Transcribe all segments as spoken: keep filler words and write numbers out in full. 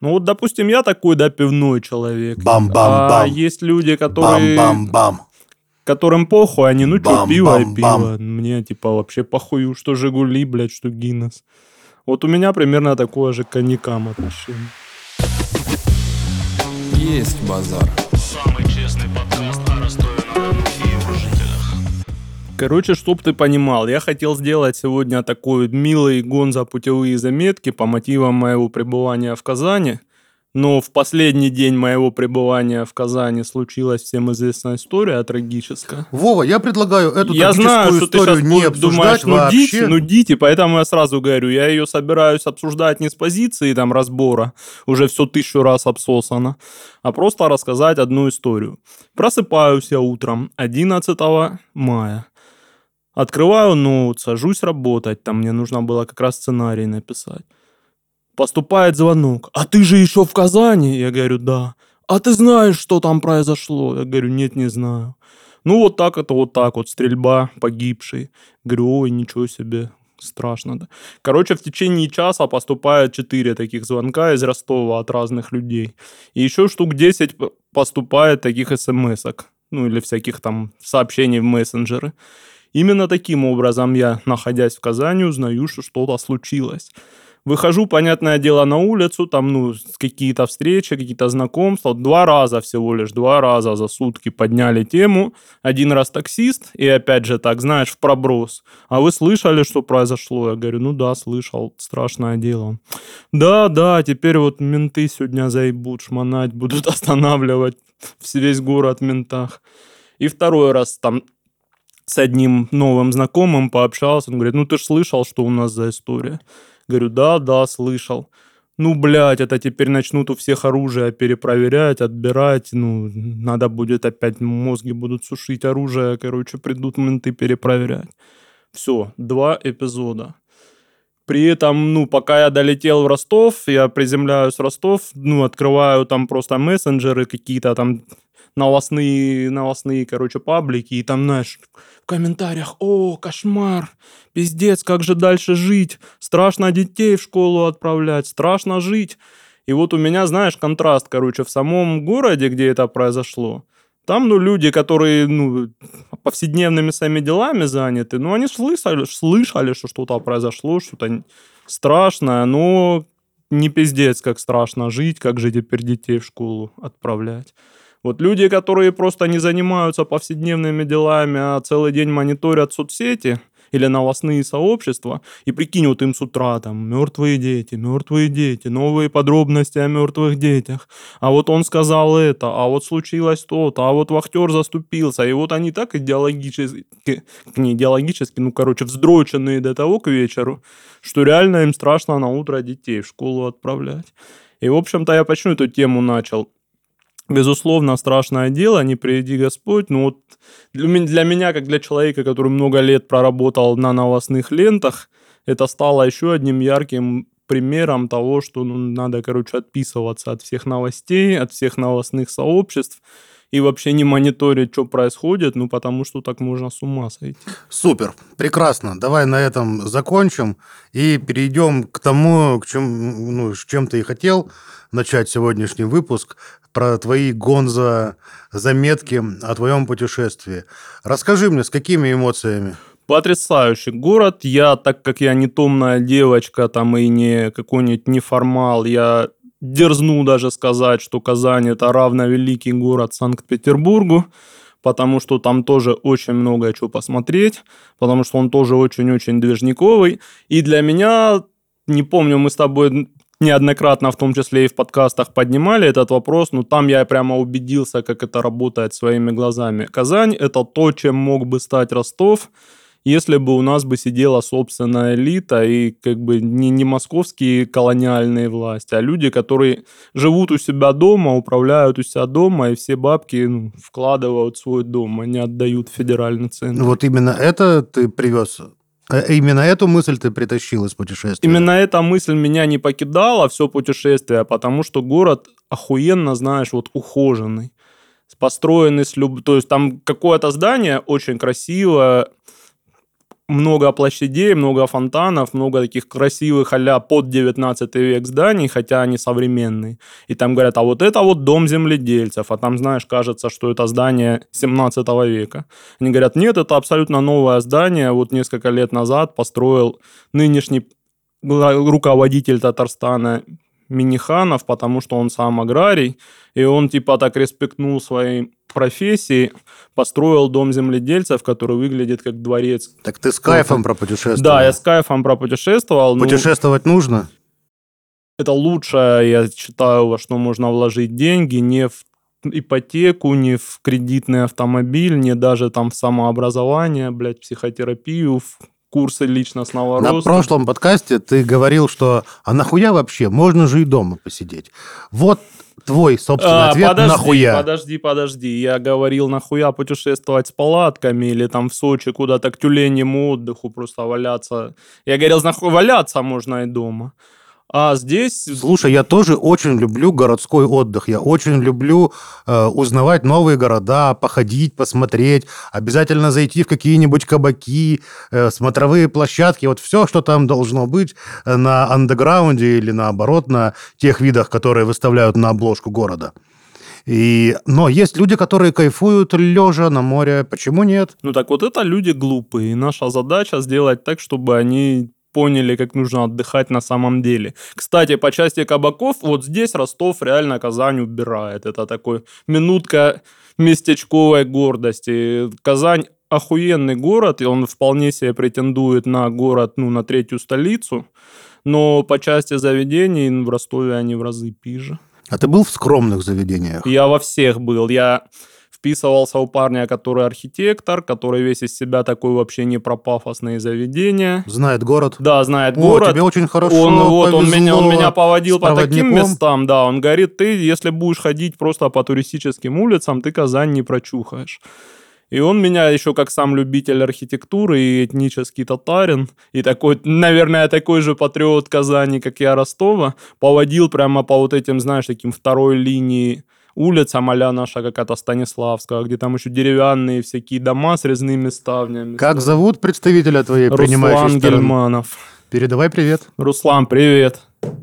Ну вот, допустим, я такой, да, пивной человек. Бам-бам-бам. А есть люди, которые... Бам-бам-бам. Которым похуй, они, ну что, пиво и Бам-бам-бам. пиво. Мне, типа, вообще похую, что Жигули, блядь, что Гиннес. Вот у меня примерно такое же к коньякам отношение. Есть базар. Самый честный подкаст о Ростове-на-Дону и его жителях. Короче, чтоб ты понимал, я хотел сделать сегодня такой милый гонзо путевые заметки по мотивам моего пребывания в Казани. Но в последний день моего пребывания в Казани случилась всем известная история трагическая. Вова, я предлагаю эту Я трагическую знаю, что ты историю сейчас не думаешь, обсуждать ну дичь, вообще. ну дичь, и поэтому я сразу говорю, я ее собираюсь обсуждать не с позиции там разбора, уже все тысячу раз обсосано, а просто рассказать одну историю. Просыпаюсь я утром одиннадцатого мая. Открываю ноут, сажусь работать, там мне нужно было как раз сценарий написать. Поступает звонок. А ты же еще в Казани? Я говорю, да. А ты знаешь, что там произошло? Я говорю, нет, не знаю. Ну, вот так это, вот так вот, стрельба, погибший. Говорю, ой, ничего себе, страшно, да. Короче, в течение часа поступает четыре таких звонка из Ростова от разных людей. И еще штук десять поступает таких смс-ок, ну, или всяких там сообщений в мессенджеры. Именно таким образом я, находясь в Казани, узнаю, что что-то случилось. Выхожу, понятное дело, на улицу, там, ну, какие-то встречи, какие-то знакомства. Два раза всего лишь, два раза за сутки подняли тему. Один раз таксист, и опять же так, знаешь, в проброс. А вы слышали, что произошло? Я говорю, ну да, слышал, страшное дело. Да, да, теперь вот менты сегодня заебут, шмонать, будут останавливать весь город в ментах. И второй раз там с одним новым знакомым пообщался. Он говорит, ну ты ж слышал, что у нас за история? Говорю, да, да, слышал. Ну, блядь, это теперь начнут у всех оружие перепроверять, отбирать. Ну, надо будет опять, мозги будут сушить оружие. Короче, придут менты перепроверять. Все, два эпизода. При этом, ну, пока я долетел в Ростов, я приземляюсь в Ростов, ну, открываю там просто мессенджеры, какие-то там новостные, новостные, короче, паблики, и там, знаешь, в комментариях, о, кошмар, пиздец, как же дальше жить, страшно детей в школу отправлять, страшно жить. И вот у меня, знаешь, контраст, короче, в самом городе, где это произошло, там, ну, люди, которые, ну, повседневными своими делами заняты, ну, они слышали, слышали, что что-то произошло, что-то страшное, но не пиздец, как страшно жить, как же теперь детей в школу отправлять. Вот люди, которые просто не занимаются повседневными делами, а целый день мониторят соцсети или новостные сообщества, и прикинь, вот им с утра там мертвые дети, мертвые дети, новые подробности о мертвых детях, а вот он сказал это, а вот случилось то-то, а вот вахтер заступился, и вот они так идеологически, не идеологически, ну, короче, вздроченные до того к вечеру, что реально им страшно на утро детей в школу отправлять. И, в общем-то, я почему эту тему начал? Безусловно, страшное дело, не приведи Господь, но вот для меня, как для человека, который много лет проработал на новостных лентах, это стало еще одним ярким примером того, что ну, надо, короче, отписываться от всех новостей, от всех новостных сообществ и вообще не мониторить, что происходит, ну, потому что так можно с ума сойти. Супер, прекрасно. Давай на этом закончим и перейдем к тому, к чем, ну, с чем ты и хотел начать сегодняшний выпуск, про твои гонзо-заметки о твоем путешествии. Расскажи мне, с какими эмоциями? Потрясающий город. Я, так как я не томная девочка, там и не какой-нибудь неформал, я дерзну даже сказать, что Казань – это равновеликий город Санкт-Петербургу, потому что там тоже очень много чего посмотреть, потому что он тоже очень-очень движниковый. И для меня, не помню, мы с тобой неоднократно, в том числе и в подкастах, поднимали этот вопрос, но там я прямо убедился, как это работает своими глазами. Казань – это то, чем мог бы стать Ростов, если бы у нас бы сидела собственная элита и как бы не, не московские колониальные власти, а люди, которые живут у себя дома, управляют у себя дома, и все бабки ну, вкладывают в свой дом, а не отдают в федеральный центр. Вот именно это ты привез? Именно эту мысль ты притащил из путешествия? Именно эта мысль меня не покидала все путешествие, потому что город охуенно, знаешь, вот ухоженный, построенный с люб... То есть там какое-то здание очень красивое, много площадей, много фонтанов, много таких красивых а-ля под девятнадцатый век зданий, хотя они современные. И там говорят, а вот это вот дом земледельцев, а там, знаешь, кажется, что это здание семнадцатого века. Они говорят, нет, это абсолютно новое здание, вот несколько лет назад построил нынешний руководитель Татарстана Минниханов, потому что он сам аграрий, и он типа так респектнул своей профессии, построил дом земледельцев, который выглядит как дворец. Так ты с кайфом пропутешествовал? Да, я с кайфом пропутешествовал. Путешествовать ну, нужно? Это лучшее, я считаю, во что можно вложить деньги, не в ипотеку, не в кредитный автомобиль, не даже там в самообразование, блядь, психотерапию, в курсы личностного На роста. На прошлом подкасте ты говорил, что а нахуя вообще? Можно же и дома посидеть. Вот твой собственный а, ответ подожди, нахуя. Подожди, подожди. Я говорил, нахуя путешествовать с палатками или там в Сочи куда-то к тюленьему отдыху просто валяться. Я говорил, нахуй валяться можно и дома. А здесь... Слушай, я тоже очень люблю городской отдых. Я очень люблю э, узнавать новые города, походить, посмотреть, обязательно зайти в какие-нибудь кабаки, э, смотровые площадки. Вот все, что там должно быть на андеграунде или наоборот на тех видах, которые выставляют на обложку города. И... Но есть люди, которые кайфуют лежа на море. Почему нет? Ну так вот это люди глупые. И наша задача сделать так, чтобы они... поняли, как нужно отдыхать на самом деле. Кстати, по части кабаков, вот здесь Ростов реально Казань убирает. Это такой минутка местечковой гордости. Казань охуенный город, и он вполне себе претендует на город, ну, на третью столицу, но по части заведений в Ростове они в разы пиже. А ты был в скромных заведениях? Я во всех был. Я... вписывался у парня, который архитектор, который весь из себя такой вообще не про пафосные заведения. Знает город? Да, знает О, город. тебе очень хорошо он, вот, он, меня, он меня поводил с по таким проводником. местам, да. Он говорит, ты, если будешь ходить просто по туристическим улицам, ты Казань не прочухаешь. И он меня еще как сам любитель архитектуры и этнический татарин, и такой, наверное, такой же патриот Казани, как я Ростова, поводил прямо по вот этим, знаешь, таким второй линии улица а-ля наша какая-то Станиславская, где там еще деревянные всякие дома с резными ставнями. Как зовут представителя твоей Руслан принимающей стороны? Гельманов. Передавай привет. Руслан, привет.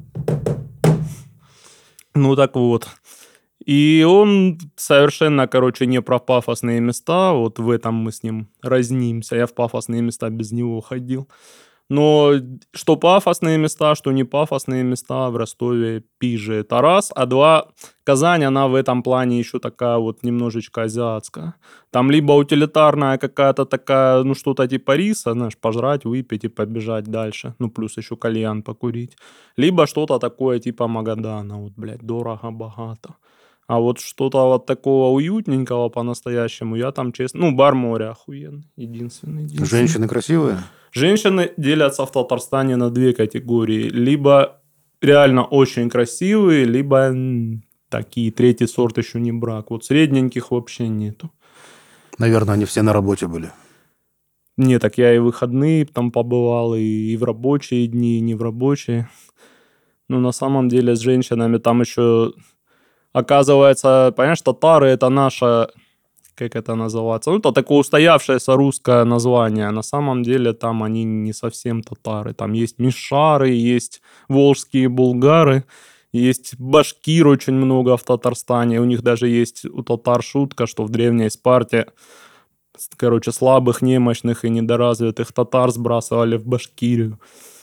Ну так вот. И он совершенно, короче, не про пафосные места. Вот в этом мы с ним разнимся. Я в пафосные места без него ходил. Но что пафосные места, что не пафосные места в Ростове пиже. Это раз. А два, Казань, она в этом плане еще такая вот немножечко азиатская. Там либо утилитарная какая-то такая, ну что-то типа риса, знаешь, пожрать, выпить и побежать дальше. Ну плюс еще кальян покурить. Либо что-то такое типа Магадана. Вот, блядь, дорого, богато. А вот что-то вот такого уютненького по-настоящему, я там, честно... Ну, бар моря охуенный, единственный, единственный. Женщины красивые? Женщины делятся в Татарстане на две категории. Либо реально очень красивые, либо м, такие, третий сорт еще не брак. Вот средненьких вообще нету. Наверное, они все на работе были. Не, так я и выходные там побывал, и, и в рабочие дни, и не в рабочие. Но на самом деле с женщинами там еще... Оказывается, понимаешь, татары – это наша, как это называется, ну, это такое устоявшееся русское название. На самом деле там они не совсем татары. Там есть мишары, есть волжские булгары, есть башкир очень много в Татарстане. У них даже есть у татар шутка, что в древней Спарте, короче, слабых, немощных и недоразвитых татар сбрасывали в Башкирию.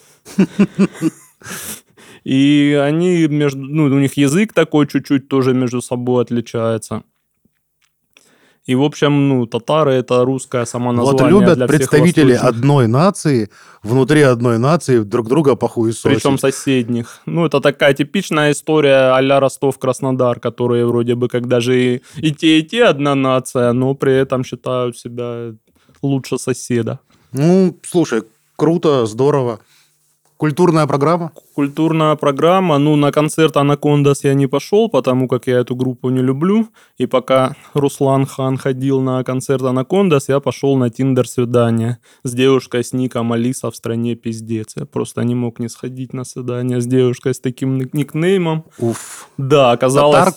И они между... Ну, у них язык такой чуть-чуть тоже между собой отличается. И, в общем, ну, татары – это русское самоназвание. Вот любят для представители всех одной нации, внутри одной нации друг друга похуесосить. Причем соседних. Ну, это такая типичная история а-ля Ростов-Краснодар, которые вроде бы как даже и, и те, и те одна нация, но при этом считают себя лучше соседа. Ну, слушай, круто, здорово. Культурная программа? Культурная программа. Ну, на концерт Анакондас я не пошел, потому как я эту группу не люблю. И пока Руслан Хан ходил на концерт Анакондас, я пошел на тиндер-свидание с девушкой с ником Алиса в стране пиздец. Я просто не мог не сходить на свидание с девушкой с таким никнеймом. Уф. Да, оказалось... Татарка?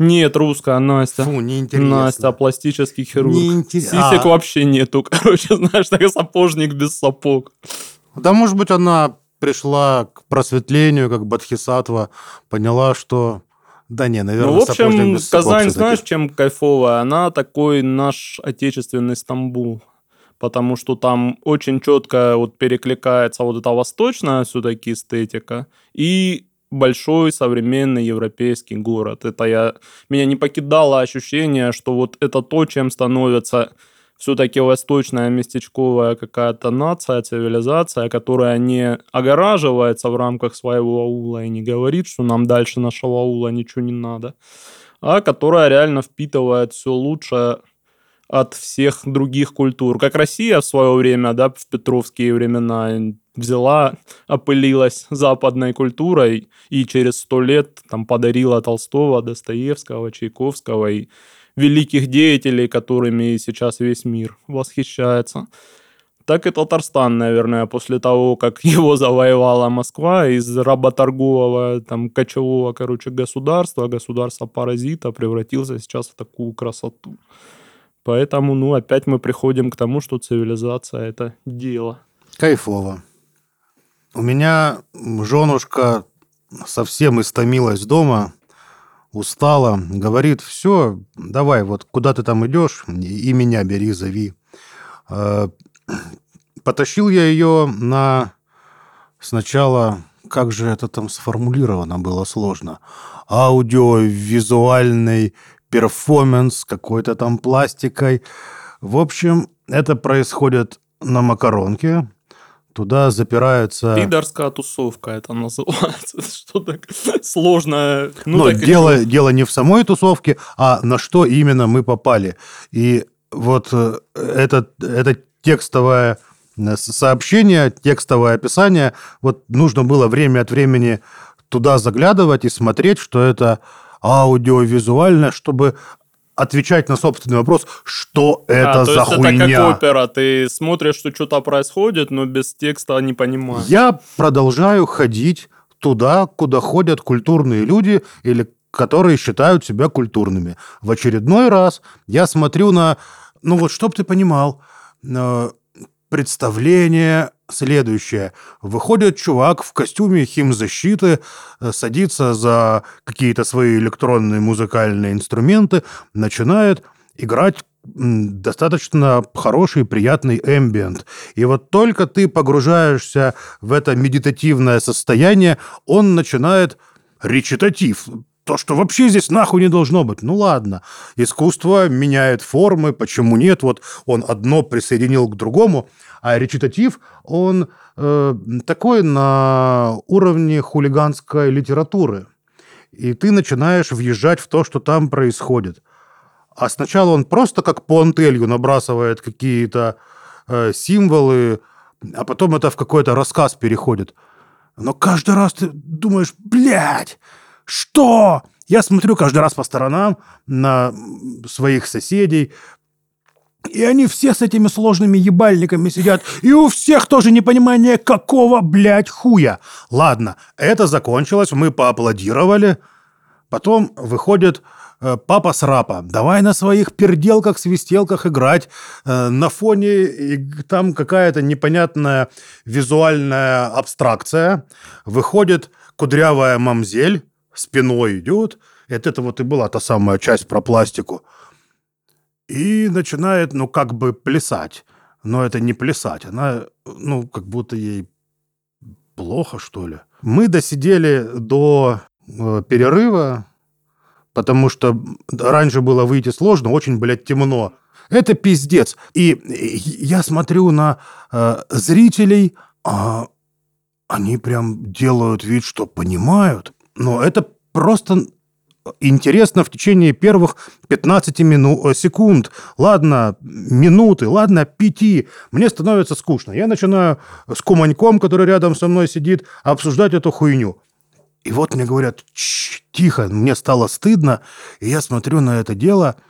Нет, русская, Настя. Фу, неинтересно. Настя, пластический хирург. Неинтересно. Сисек А. вообще нету, короче, знаешь, так сапожник без сапог. Да, может быть, она пришла к просветлению, как Бодхисаттва, поняла, что... Да не, наверное, Ну, в сапожник общем, без сапог Казань, всё-таки. знаешь, чем кайфовая? Она такой наш отечественный Стамбул. Потому что там очень четко вот перекликается вот эта восточная все-таки эстетика и большой современный европейский город. Это я... Меня не покидало ощущение, что вот это то, чем становится все-таки восточная местечковая какая-то нация, цивилизация, которая не огораживается в рамках своего аула и не говорит, что нам дальше нашего аула ничего не надо, а которая реально впитывает все лучшее от всех других культур. Как Россия в свое время, да, в петровские времена взяла, опылилась западной культурой и через сто лет там подарила Толстого, Достоевского, Чайковского и великих деятелей, которыми сейчас весь мир восхищается. Так и Татарстан, наверное, после того, как его завоевала Москва, из работоргового, там, кочевого, короче, государства, государства-паразита превратился сейчас в такую красоту. Поэтому, ну, опять мы приходим к тому, что цивилизация – это дело. Кайфово. У меня женушка совсем истомилась дома, устала, говорит, все, давай, вот куда ты там идешь, и меня бери, зови. Потащил я ее на сначала, как же это там сформулировано было сложно, аудиовизуальный перформанс, какой-то там пластикой. В общем, это происходит на Макаронке. Туда запираются... Пидорская тусовка это называется. Что так сложное. Ну, Но так дело, дело не в самой тусовке, а на что именно мы попали. И вот это, это текстовое сообщение, текстовое описание, вот нужно было время от времени туда заглядывать и смотреть, что это аудиовизуально, чтобы отвечать на собственный вопрос, что это а, за то есть хуйня. Это как опера, ты смотришь, что что-то происходит, но без текста не понимаешь. Я продолжаю ходить туда, куда ходят культурные люди или которые считают себя культурными. В очередной раз я смотрю на, ну вот, чтоб ты понимал, представление следующее. Выходит чувак в костюме химзащиты, садится за какие-то свои электронные музыкальные инструменты, начинает играть достаточно хороший, приятный эмбиент. И вот только ты погружаешься в это медитативное состояние, он начинает речитатив. То, что вообще здесь нахуй не должно быть. Ну ладно, искусство меняет формы, почему нет? Вот он одно присоединил к другому, а речитатив, он э, такой на уровне хулиганской литературы. И ты начинаешь въезжать в то, что там происходит. А сначала он просто как по антелью набрасывает какие-то э, символы, а потом это в какой-то рассказ переходит. Но каждый раз ты думаешь, блядь, что? Я смотрю каждый раз по сторонам на своих соседей, и они все с этими сложными ебальниками сидят, и у всех тоже непонимание, какого, блядь, хуя. Ладно, это закончилось, мы поаплодировали. Потом выходит э, папа с рапа. Давай на своих перделках, свистелках играть. Э, на фоне и, там какая-то непонятная визуальная абстракция. Выходит кудрявая мамзель, спиной идет. Это, это вот и была та самая часть про пластику. И начинает, ну, как бы плясать. Но это не плясать. Она, ну, как будто ей плохо, что ли. Мы досидели до э, перерыва, потому что раньше было выйти сложно, очень, блядь, темно. Это пиздец. И я смотрю на э, зрителей, а они прям делают вид, что понимают. Но это просто интересно в течение первых пятнадцати мину- секунд. Ладно, минуты, ладно, пяти. Мне становится скучно. Я начинаю с куманьком, который рядом со мной сидит, обсуждать эту хуйню. И вот мне говорят, тихо, мне стало стыдно. И я смотрю на это дело,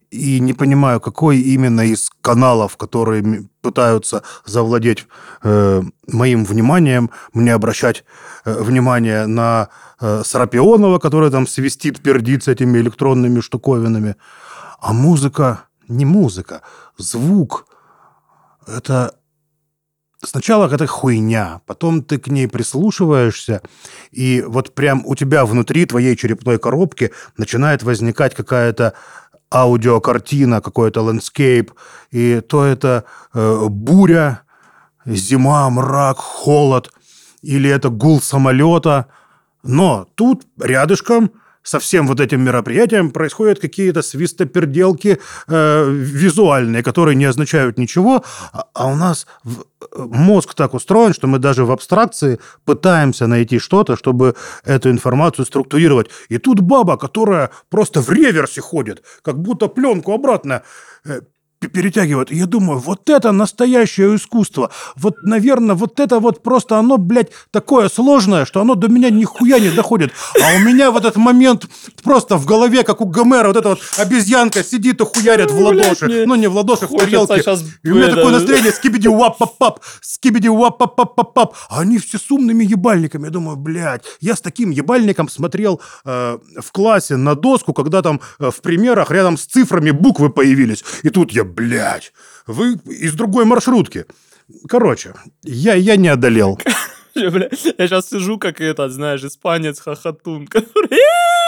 и не понимаю, какой именно из каналов, которые м- пытаются завладеть э, моим вниманием, мне обращать э, внимание на э, Сарапионова, который там свистит, пердит с этими электронными штуковинами. А музыка, не музыка, звук, это сначала это хуйня, потом ты к ней прислушиваешься, и вот прям у тебя внутри твоей черепной коробки начинает возникать какая-то аудиокартина, какой-то ландскейп, и то это э, буря, зима, мрак, холод, или это гул самолета. Но тут рядышком со всем вот этим мероприятием происходят какие-то свистоперделки э, визуальные, которые не означают ничего, а, а у нас в, мозг так устроен, что мы даже в абстракции пытаемся найти что-то, чтобы эту информацию структурировать. И тут баба, которая просто в реверсе ходит, как будто пленку обратно э, перетягивают. И я думаю, вот это настоящее искусство. Вот, наверное, вот это вот просто оно, блядь, такое сложное, что оно до меня нихуя не доходит. А у меня в этот момент просто в голове, как у Гомера, вот эта вот обезьянка сидит и хуярит в ладоши. Блядь, Ну, не в ладоши, в хочется тарелке. щас И у меня это- такое настроение, скибиди уап пап пап скибиди уап пап пап пап пап А они все с умными ебальниками. Я думаю, блядь, я с таким ебальником смотрел э, в классе на доску, когда там э, в примерах рядом с цифрами буквы появились. И тут я, блядь, вы из другой маршрутки. Короче, я, я не одолел. Я, бля, я сейчас сижу, как этот, знаешь, испанец-хохотун, который...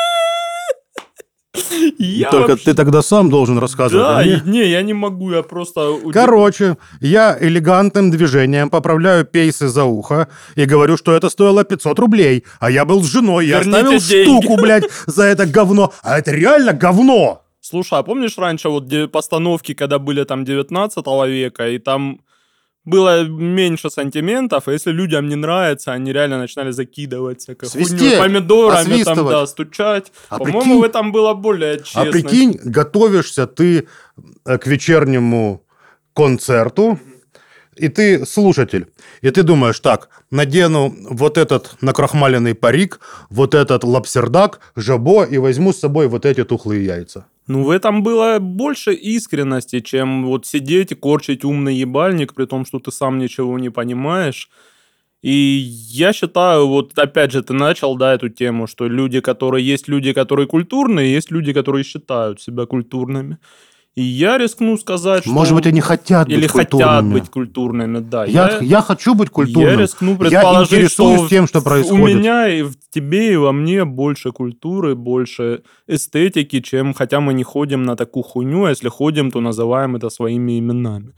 Я Только вообще- ты тогда сам должен рассказывать. Да, а не- и- не, я не могу, я просто... уди- Короче, я элегантным движением поправляю пейсы за ухо и говорю, что это стоило пятьсот рублей, а я был с женой, я Верните оставил деньги. штуку, блядь, за это говно. А это реально говно. Слушай, а помнишь раньше вот де- постановки, когда были там девятнадцатого века, и там было меньше сантиментов, и если людям не нравится, они реально начинали закидывать всякой Свистеть, хуйней, помидорами, там, освистывать. да, стучать. А По-моему, прикинь- в этом было более честно. А прикинь, готовишься ты э, к вечернему концерту, и ты слушатель, и ты думаешь, так, надену вот этот накрахмаленный парик, вот этот лапсердак, жабо, и возьму с собой вот эти тухлые яйца. Ну, в этом было больше искренности, чем вот сидеть и корчить умный ебальник, при том, что ты сам ничего не понимаешь. И я считаю, вот опять же, ты начал, да, эту тему, что люди, которые... Есть люди, которые культурные, есть люди, которые считают себя культурными. И я рискну сказать, что... Может быть, они хотят Или быть хотят культурными. быть культурными, да. Я, я хочу быть культурным. Я рискну Я предположить, интересуюсь что тем, что в- происходит. у меня и в тебе, и во мне больше культуры, больше эстетики, чем хотя мы не ходим на такую хуйню, а если ходим, то называем это своими именами.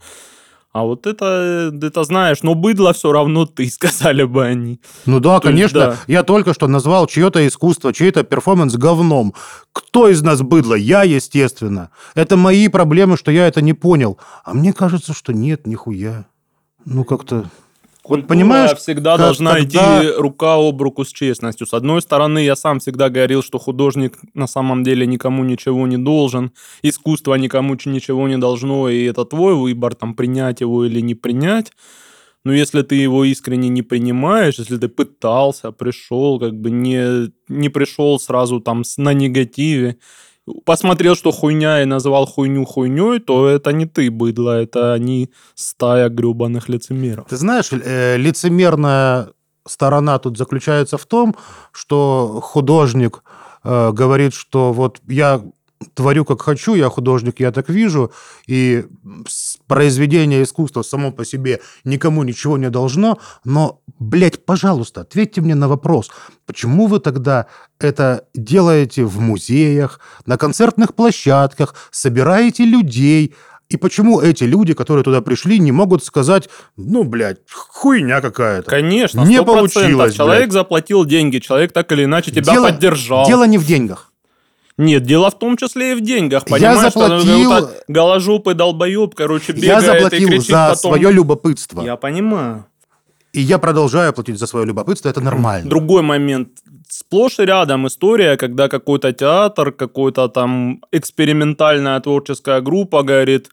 А вот это, это знаешь, но быдло все равно ты, сказали бы они. Ну да, То есть, конечно. да. Я только что назвал чье-то искусство, чей-то перформанс говном. Кто из нас быдло? Я, естественно. Это мои проблемы, что я это не понял. А мне кажется, что нет, нихуя. Ну как-то... Вот Культура понимаешь, всегда как- должна когда- идти рука об руку с честностью. С одной стороны, я сам всегда говорил, что художник на самом деле никому ничего не должен, искусство никому ч- ничего не должно, и это твой выбор, там, принять его или не принять. Но если ты его искренне не принимаешь, если ты пытался, пришел, как бы не, не пришел сразу там с- на негативе, посмотрел, что хуйня, и назвал хуйню хуйней, то это не ты, быдло, это они стая гребаных лицемеров. Ты знаешь, э, лицемерная сторона тут заключается в том, что художник э, говорит, что вот я творю как хочу, я художник, я так вижу, и с- произведение искусства само по себе никому ничего не должно, но, блядь, пожалуйста, ответьте мне на вопрос, почему вы тогда это делаете в музеях, на концертных площадках, собираете людей, и почему эти люди, которые туда пришли, не могут сказать, ну, блядь, хуйня какая-то. Конечно, Не сто процентов. получилось, Человек блядь. заплатил деньги, человек так или иначе тебя Дело- поддержал. Дело не в деньгах. Нет, дело в том числе и в деньгах. Я Понимаешь, заплатил- что ну, вот голожопый долбоеб, короче, бегает Я и заплатил кричит за потом. свое любопытство. Я понимаю. И я продолжаю платить за свое любопытство, это нормально. Другой момент. Сплошь и рядом история, когда какой-то театр, какой-то там экспериментальная творческая группа говорит,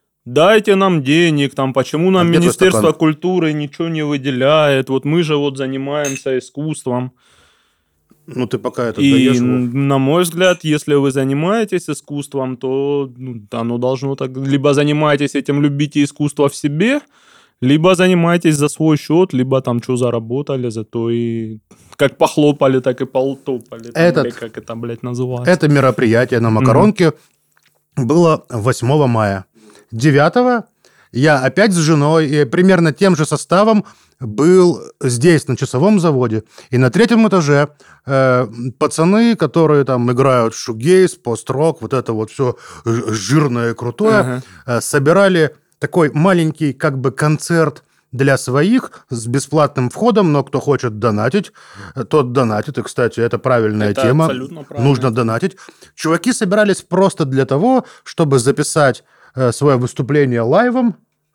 дайте нам денег, там, почему нам А где твой Министерство стакан? культуры ничего не выделяет, вот мы же вот занимаемся искусством. Ну, ты пока это И, даешь его. на мой взгляд, если вы занимаетесь искусством, то ну, оно должно так... Либо занимаетесь этим, любите искусство в себе, либо занимаетесь за свой счет, либо там что заработали, зато и как похлопали, так и полтопали. Там, Этот- или как это, блядь, называется. Это мероприятие на Макаронке было восьмого мая. девятого я опять с женой и примерно тем же составом был здесь, на часовом заводе. И на третьем этаже э, пацаны, которые там играют шугейс, пост-рок, вот это вот все жирное и крутое, Ага. э, собирали такой маленький как бы концерт для своих с бесплатным входом, но кто хочет донатить, э, тот донатит. И, кстати, это правильная Это тема. абсолютно правильно. Нужно донатить. Чуваки собирались просто для того, чтобы записать э, свое выступление лайвом.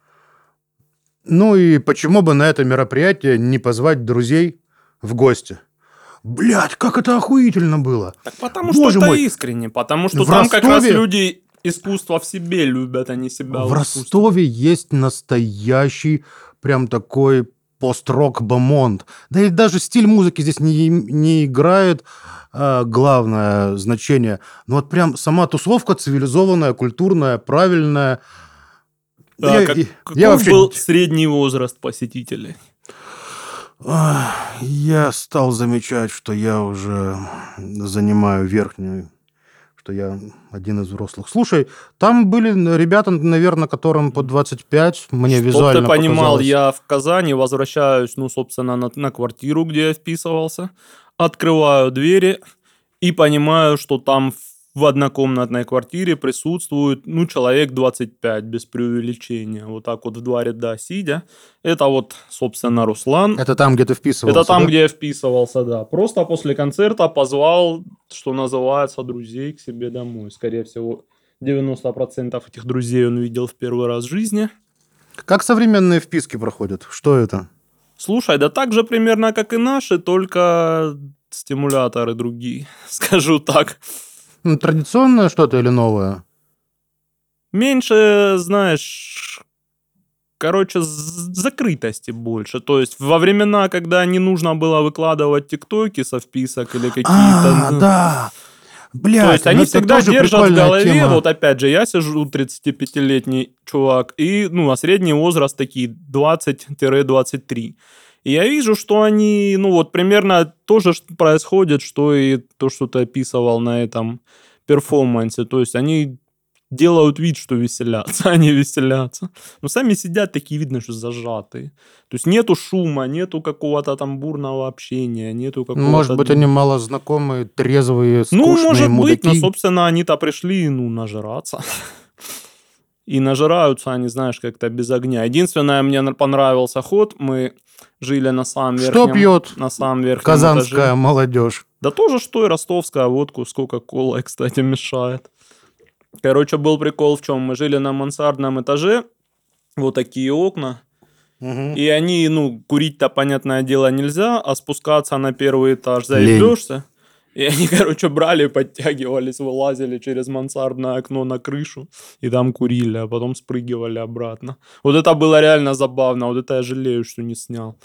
Ну и почему бы на это мероприятие не позвать друзей в гости? Блять, как это охуительно было! Так потому Боже что это мой. искренне, потому что В там как раз Ростове- люди искусство в себе любят, а не себя В в искусстве. Ростове есть настоящий прям такой пост-рок бомонд. Да и даже стиль музыки здесь не, не играет а, главное значение. Но вот прям сама тусовка цивилизованная, культурная, правильная. А Я- как- я- каков я вообще- был средний возраст посетителей? Ах, Я стал замечать, что я уже занимаю верхнюю, что я один из взрослых. Слушай, там были ребята, наверное, которым по двадцать пять, мне Чтоб визуально ты понимал, показалось. я в Казани возвращаюсь, ну, собственно, на, на квартиру, где я вписывался, открываю двери и понимаю, что там в в однокомнатной квартире присутствует, ну, человек двадцать пять, без преувеличения. Вот так вот в два ряда сидя. Это вот, собственно, Руслан. Это там, где ты вписывался, Это там, да? где я вписывался, да. Просто после концерта позвал, что называется, друзей к себе домой. Скорее всего, девяносто процентов этих друзей он видел в первый раз в жизни. Как современные вписки проходят? Что это? Слушай, да так же примерно, как и наши, только стимуляторы другие, скажу так. Ну, традиционное что-то или новое? Меньше, знаешь, короче, з- закрытости больше. То есть во времена, когда не нужно было выкладывать тиктоки со вписок или какие-то... А, ну, да. Блядь, То есть ну они это всегда тоже держат в прикольная голове, тема. вот опять же, я сижу тридцатипятилетний чувак, и, ну, а средний возраст такие двадцать-двадцать три. И я вижу, что они, ну, вот примерно то же ш- происходит, что и то, что ты описывал на этом перформансе. То есть они делают вид, что веселятся, они веселятся. Но сами сидят такие, видно, что зажатые. То есть нету шума, нету какого-то там бурного общения, нету какого-то... Может быть, они мало знакомые, трезвые, скучные Ну, может мудаки. быть, но, собственно, они-то пришли, ну, нажраться. И нажираются они, знаешь, как-то без огня. Единственное, мне на- понравился ход. Мы жили на самом Что верхнем... пьет На самом верхнем казанская этаже. молодежь? Да тоже что и ростовская водку с кока-колой, кстати, мешает. Короче, был прикол в чем. Мы жили на мансардном этаже. Вот такие окна. Мгм. И они, ну, курить-то, понятное дело, нельзя, а спускаться на первый этаж заебешься. И они, короче, брали, подтягивались, вылазили через мансардное окно на крышу и там курили, а потом спрыгивали обратно. Вот это было реально забавно, вот это я жалею, что не снял.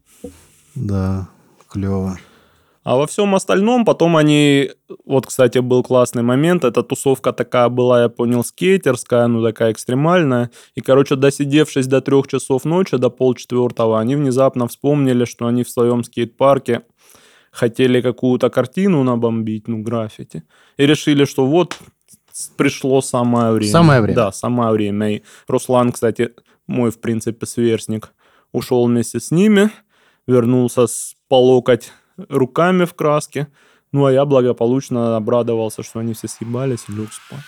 Да, клево. А во всем остальном потом они... Вот, кстати, был классный момент. Эта тусовка такая была, я понял, скейтерская, ну, такая экстремальная. И, короче, досидевшись до трех часов ночи, до полчетвертого, они внезапно вспомнили, что они в своем скейт-парке хотели какую-то картину набомбить, ну, граффити. И решили, что вот пришло самое время. Самое время. Да, самое время. И Руслан, кстати, мой, в принципе, сверстник, ушел вместе с ними, вернулся с по локоть руками в краске. Ну, а я благополучно обрадовался, что они все съебались и лег спать.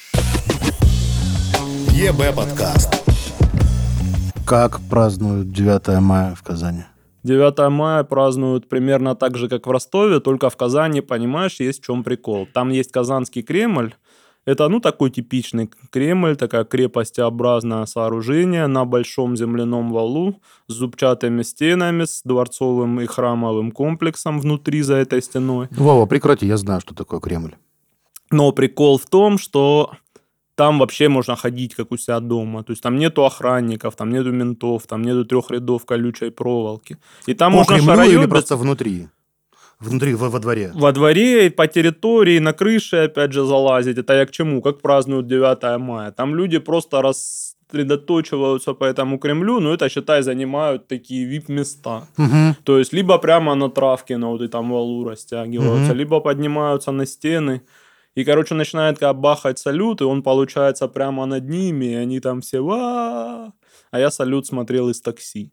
ЕБ подкаст. Как празднуют девятое мая в Казани? девятое мая празднуют примерно так же, как в Ростове, только в Казани, понимаешь, есть в чем прикол. Там есть Казанский Кремль. Это, ну, такой типичный Кремль, такая крепостеобразное сооружение на большом земляном валу с зубчатыми стенами, с дворцовым и храмовым комплексом внутри за этой стеной. Вова, прекрати, я знаю, что такое Кремль. Но прикол в том, что там вообще можно ходить, как у себя дома. То есть там нету охранников, там нету ментов, там нету трех рядов колючей проволоки. И там По можно Кремлю или шароебиться. просто внутри? Внутри, во, во дворе. Во дворе, по территории, на крыше, опять же, залазить. Это я к чему? Как празднуют девятое мая. Там люди просто рассредоточиваются по этому Кремлю, но это, считай, занимают такие вип-места. Угу. То есть, либо прямо на травке, на вот этом валу растягиваются, Мгм. либо поднимаются на стены. И, короче, начинает как бахать салют, и он получается прямо над ними, и они там все ва. А я салют смотрел из такси.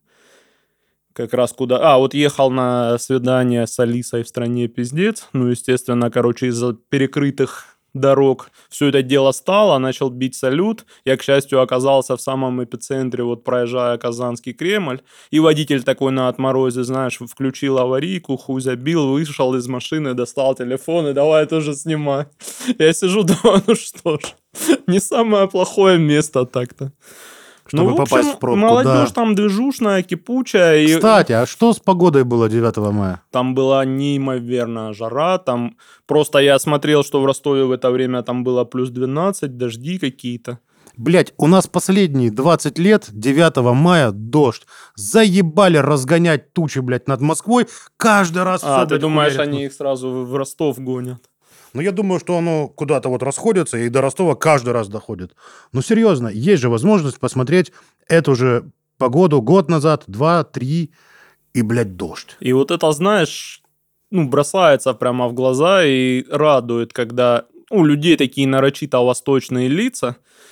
Как раз куда... А, вот ехал на свидание с Алисой в «Стране пиздец». Ну, естественно, короче, из-за перекрытых дорог все это дело стало, начал бить салют. Я, к счастью, оказался в самом эпицентре, вот проезжая Казанский Кремль. И водитель такой на отморозе, знаешь, включил аварийку, хуй забил, вышел из машины, достал телефон и давай тоже снимай. Я сижу, думаю, ну что ж, не самое плохое место так-то. Чтобы ну, в общем, попасть в пробку, молодежь да. там движушная, кипучая. И Кстати, а что с погодой было девятого мая? там была неимоверная жара. Там просто я смотрел, что в Ростове в это время там было плюс двенадцать, дожди какие-то. Блять, у нас последние двадцать лет, девятого мая, дождь. Заебали разгонять тучи, блядь, над Москвой. Каждый раз А, всё, ты блядь, думаешь, хуярит. они их сразу в в Ростов гонят? Ну, я думаю, что оно куда-то вот расходится, и до Ростова каждый раз доходит. Ну, серьезно, есть же возможность посмотреть эту же погоду год назад, два, три, и, блядь, дождь. И вот это, знаешь, ну, бросается прямо в глаза и радует, когда у людей такие нарочито восточные лица,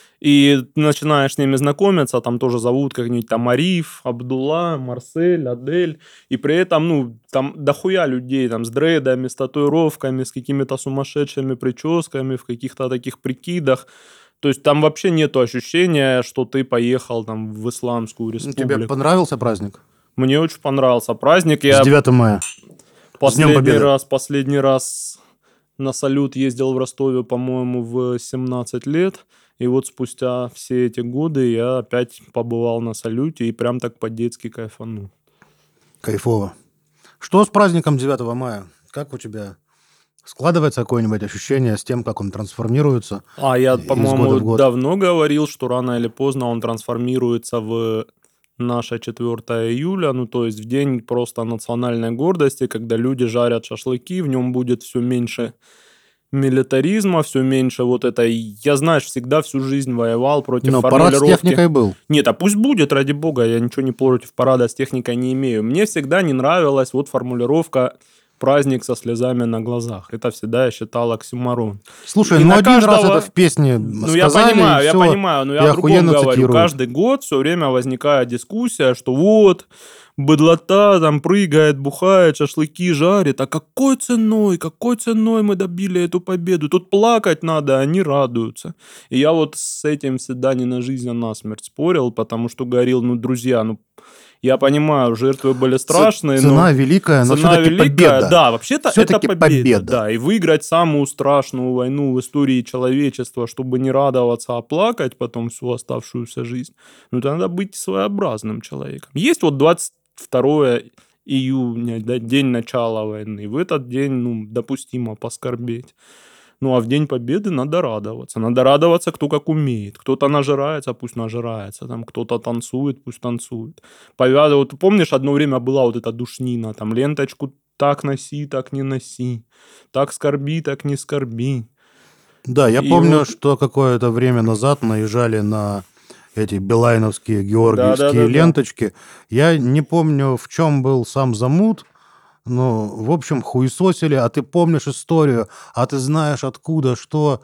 и начинаешь с ними знакомиться, там тоже зовут как-нибудь там Ариф, Абдулла, Марсель, Адель, и при этом, ну, там дохуя людей там с дредами, с татуировками, с какими-то сумасшедшими прическами, в каких-то таких прикидах. То есть там вообще нету ощущения, что ты поехал там в Исламскую Ну, республику. тебе понравился праздник? Мне очень понравился праздник. С Я девятого мая. последний Победы. раз, последний раз на салют ездил в Ростове, по-моему, в семнадцать лет. И вот спустя все эти годы я опять побывал на салюте и прям так по-детски кайфанул. Кайфово. Что с праздником девятого мая? Как у тебя складывается какое-нибудь ощущение с тем, как он трансформируется? А я, Из года по-моему, в год. давно говорил, что рано или поздно он трансформируется в наше четвёртое июля, ну то есть в день просто национальной гордости, когда люди жарят шашлыки, в нем будет все меньше милитаризма, все меньше вот это. Я, знаешь, всегда всю жизнь воевал против Но парад с формулировки. техникой был. Нет, а пусть будет, ради бога, я ничего не против парада с техникой не имею. Мне всегда не нравилась вот формулировка «праздник со слезами на глазах». Это всегда я считал оксюморон. Слушай, И ну на один раз каждого- это в песне Ну, сказали, я понимаю, и я всё, понимаю, но я и о другом охуенно говорю. цитируют. Каждый год все время возникает дискуссия, что вот, быдлота там прыгает, бухает, шашлыки жарит. А какой ценой, какой ценой мы добили эту победу? Тут плакать надо, а они радуются. И я вот с этим всегда не на жизнь, а на смерть спорил, потому что говорил, ну, друзья, ну, я понимаю, жертвы были страшные, Ц- но... Цена великая, но Цена все-таки великая, победа. да, вообще-то Всё-таки это победа, победа. да, и выиграть самую страшную войну в истории человечества, чтобы не радоваться, а плакать потом всю оставшуюся жизнь, ну, это надо быть своеобразным человеком. Есть вот двадцать второе июня, да, день начала войны, в этот день, ну, допустимо поскорбеть. Ну, а в День Победы надо радоваться. Надо радоваться, кто как умеет. Кто-то нажирается, пусть нажирается. Там кто-то танцует, пусть танцует. Повязывай. Вот помнишь, одно время была вот эта душнина. Там ленточку так носи, так не носи. Так скорби, так не скорби. Да, я И помню, вот- что какое-то время назад наезжали на эти билайновские, георгиевские Да-да-да-да. ленточки. Я не помню, в чем был сам замут. Ну, в общем, хуесосили, а ты помнишь историю, а ты знаешь откуда, что...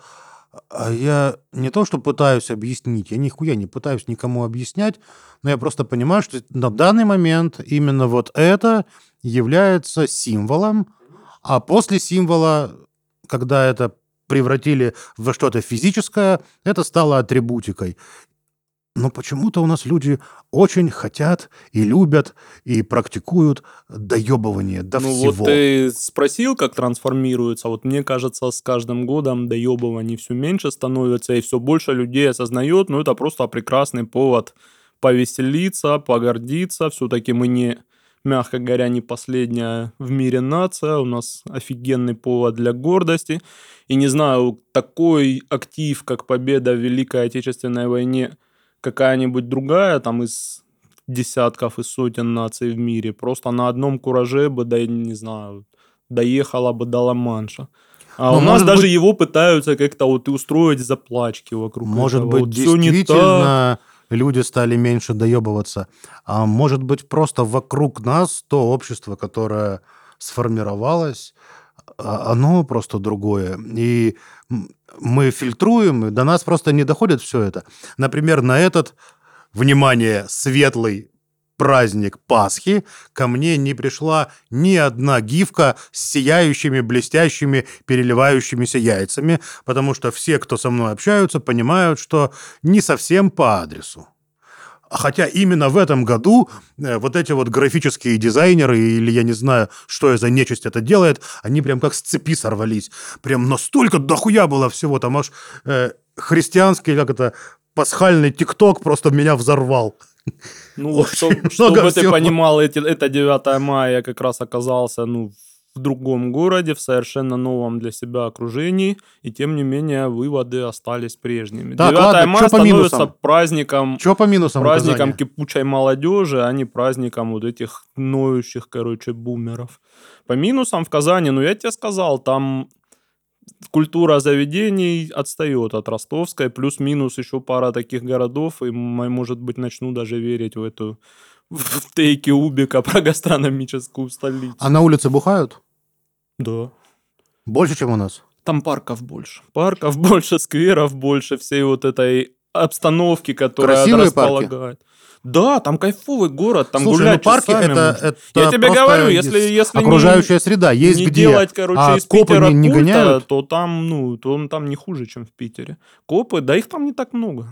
А я не то, что пытаюсь объяснить, я нихуя не пытаюсь никому объяснять, но я просто понимаю, что на данный момент именно вот это является символом, а после символа, когда это превратили в что-то физическое, это стало атрибутикой. Но почему-то у нас люди очень хотят и любят и практикуют доебывание до Ну всего. вот ты спросил, как трансформируется. Вот мне кажется, с каждым годом доебываний все меньше становится, и все больше людей осознает, ну это просто прекрасный повод повеселиться, погордиться. Все-таки мы не, мягко говоря, не последняя в мире нация, у нас офигенный повод для гордости. И не знаю, такой актив, как победа в Великой Отечественной войне, какая-нибудь другая там из десятков и сотен наций в мире, просто на одном кураже бы, да, я не знаю, доехала бы до Ла-Манша. А Ну, у нас может даже быть- его пытаются как-то вот и устроить заплачки вокруг Может этого. быть, вот всё не так. действительно люди стали меньше доебываться. А может быть, просто вокруг нас то общество, которое сформировалось, а- оно просто другое. И м, мы фильтруем, и до нас просто не доходит все это. Например, на этот, внимание, светлый праздник Пасхи ко мне не пришла ни одна гифка с сияющими, блестящими, переливающимися яйцами, потому что все, кто со мной общаются, понимают, что не совсем по адресу. А Хотя именно в этом году э, вот эти вот графические дизайнеры, или я не знаю, что за нечисть это делает, они прям как с цепи сорвались. Прям настолько дохуя было всего. Там аж э, христианский, как это, пасхальный тикток просто меня взорвал. Ну вот, чтоб- Очень чтобы много ты всего. понимал, эти- это девятое мая я как раз оказался ну, в другом городе, в совершенно новом для себя окружении, и тем не менее выводы остались прежними. Так, девятое ладно, мая чё по становится минусам? праздником, Чего по минусам праздником указания? кипучей молодежи, а не праздником вот этих ноющих, короче, бумеров. По минусам в Казани, ну я тебе сказал, там культура заведений отстает от ростовской, плюс-минус еще пара таких городов, и, м- может быть, начну даже верить в эту в тейки Убика про гастрономическую столицу. А на улице бухают? Да. Больше, чем у нас? Там парков больше. Парков больше, скверов больше, всей вот этой обстановки, которая Красивые парки? располагает. Да, там кайфовый город, там Слушай, ну гулять парки часами это, можно. это Я тебе просто говорю, из- если, если не- окружающая среда. Есть не где. делать, короче, а из копы Питера не, не культа, гоняют? то там, ну, то он там не хуже, чем в Питере. Копы, да их там не так много.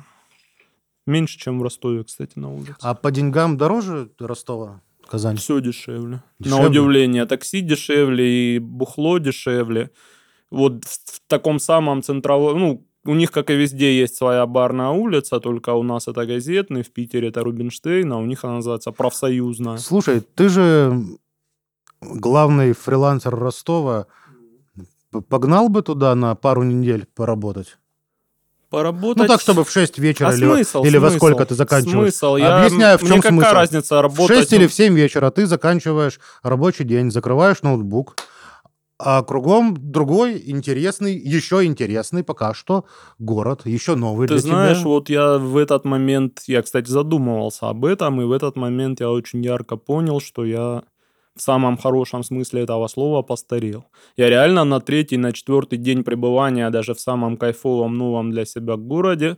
Меньше, чем в Ростове, кстати, на улице. А по деньгам дороже Ростова, Казань? Все дешевле. Дешевле? На удивление. Такси дешевле, и бухло дешевле. Вот в, в таком самом центровом... Ну, у них, как и везде, есть своя барная улица, только у нас это Газетный, в Питере это Рубинштейн, а у них она называется Профсоюзная. Слушай, ты же главный фрилансер Ростова. П- Погнал бы туда на пару недель поработать? Поработать... Ну так, чтобы в шесть вечера А или, во- смысл, или во смысл? сколько ты заканчиваешь? Смысл? Я... Объясняю, в чем Мне какая смысл. разница В работать... шесть или в семь вечера ты заканчиваешь рабочий день, закрываешь ноутбук, а кругом другой интересный, еще интересный пока что город, еще новый Ты для знаешь, тебя. вот я в этот момент, я, кстати, задумывался об этом, и в этот момент я очень ярко понял, что я в самом хорошем смысле этого слова постарел. Я реально на третий, на четвертый день пребывания даже в самом кайфовом новом для себя городе,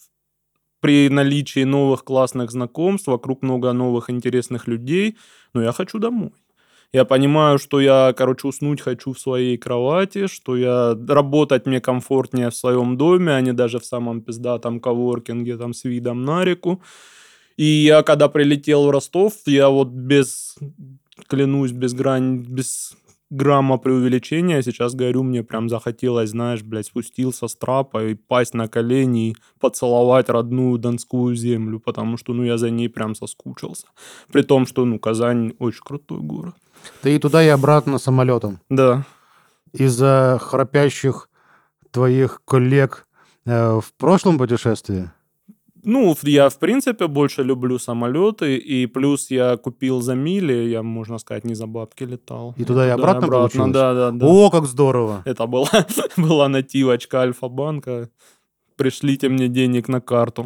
при наличии новых классных знакомств, вокруг много новых интересных людей, но я хочу домой. Я понимаю, что я, короче, уснуть хочу в своей кровати, что я работать мне комфортнее в своем доме, а не даже в самом пиздатом коворкинге там с видом на реку. И я, когда прилетел в Ростов, я вот без, клянусь, без грани, без грамма преувеличения, сейчас говорю, мне прям захотелось, знаешь, блядь, спустился с трапа и пасть на колени и поцеловать родную донскую землю, потому что, ну, я за ней прям соскучился. При том, что, ну, Казань очень крутой город. Ты и туда, и обратно самолетом. Да. Из-за храпящих твоих коллег э, в прошлом путешествии? Ну, я, в принципе, больше люблю самолеты, и плюс я купил за мили, я, можно сказать, не за бабки летал. И туда, и обратно получилось? Да, да, да. О, как здорово! Это была, была нативочка Альфа-банка. Пришлите мне денег на карту.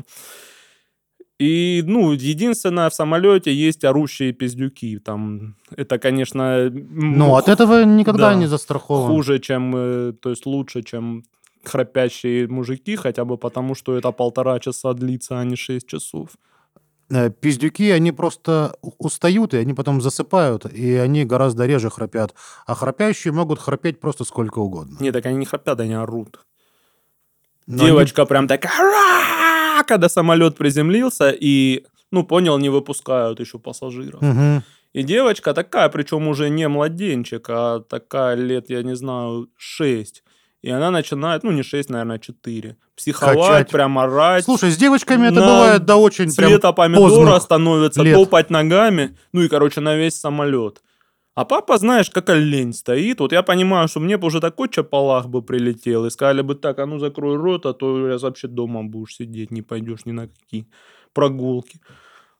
И, ну, единственное, в самолете есть орущие пиздюки. Там, это, конечно... м, Ну, от этого никогда да, не застрахован. хуже, чем... э, То есть лучше, чем храпящие мужики, хотя бы потому, что это полтора часа длится, а не шесть часов. Э, Пиздюки, они просто у- устают, и они потом засыпают, и они гораздо реже храпят. А храпящие могут храпеть просто сколько угодно. Нет, так они не храпят, они орут. Но Девочка прям такая, «Ра!» когда самолет приземлился, и, ну, понял, не выпускают еще пассажиров. они- Мгм. И девочка такая, причем уже не младенчик, а такая лет, я не знаю, шесть. И она начинает, ну, не шесть, наверное, четыре. Психовать, Качать. прям орать. Слушай, с девочками это На бывает до очень прям Цвета помидора поздних становится, лет. топать ногами, ну и, короче, на весь самолет. А папа, знаешь, как олень стоит. Вот я понимаю, что мне бы уже такой чапалах бы прилетел. И сказали бы, так, а ну закрой рот, а то вообще дома будешь сидеть, не пойдешь ни на какие прогулки.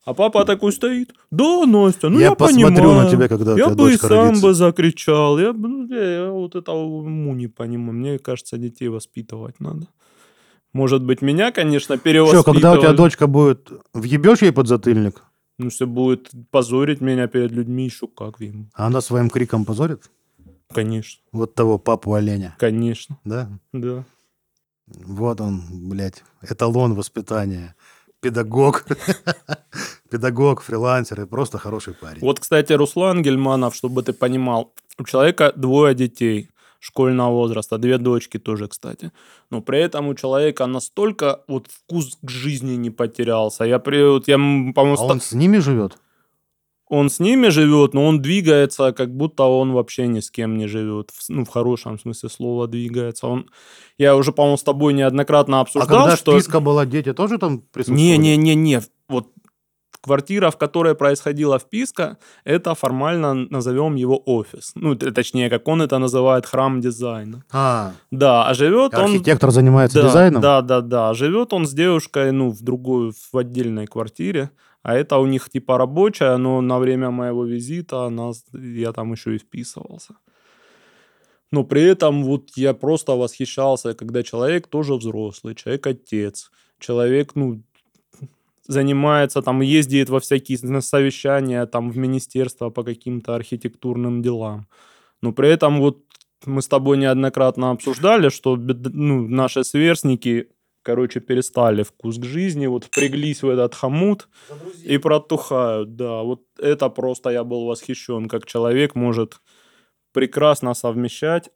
А папа такой стоит: да, Настя, ну Я я, посмотрю понимаю. на тебя, когда у я тебя бы и дочка сам родится». бы закричал. Я, бы, ну, я, я вот это уму не понимаю. Мне кажется, детей воспитывать надо. Может быть, меня, конечно, Что, когда у тебя перевоспитывали. дочка будет, въебешь ей подзатыльник? Ну, если будет позорить меня перед людьми, еще как им. А она своим криком позорит? Конечно, Вот того папу-оленя, конечно, да? да. Вот он, блядь, эталон воспитания. Педагог. Педагог, фрилансер и просто хороший парень. Вот, кстати, Руслан Гельманов, чтобы ты понимал, у человека двое детей школьного возраста, две дочки тоже, кстати. Но при этом у человека настолько вот вкус к жизни не потерялся. Я, при, вот я м, по-моему, А ста- он с ними живет? он с ними живет, но он двигается, как будто он вообще ни с кем не живет. В, с- ну, в хорошем смысле слова двигается. Он, я уже, по-моему, с тобой неоднократно А обсуждал, когда что... вписка была, дети тоже там присутствовали? Не-не-не-не, вот квартира, в которой происходила вписка, это формально назовем его офис. Ну, т- точнее, как он это называет, храм дизайна. А, Да, а живет он... архитектор занимается Да, дизайном? да, да, да. Живет он с девушкой, ну, в другой, в отдельной квартире. А это у них типа рабочая, но на время моего визита она, с- я там еще и вписывался. Но при этом вот я просто восхищался, когда человек тоже взрослый, человек отец, человек, ну, занимается, там, ездит во всякие на совещания, там, в министерство по каким-то архитектурным делам. Но при этом вот мы с тобой неоднократно обсуждали, что бед- ну, наши сверстники, короче, перестали вкус к жизни, вот впряглись в этот хомут и протухают. Да, вот это просто я был восхищен, как человек может прекрасно совмещать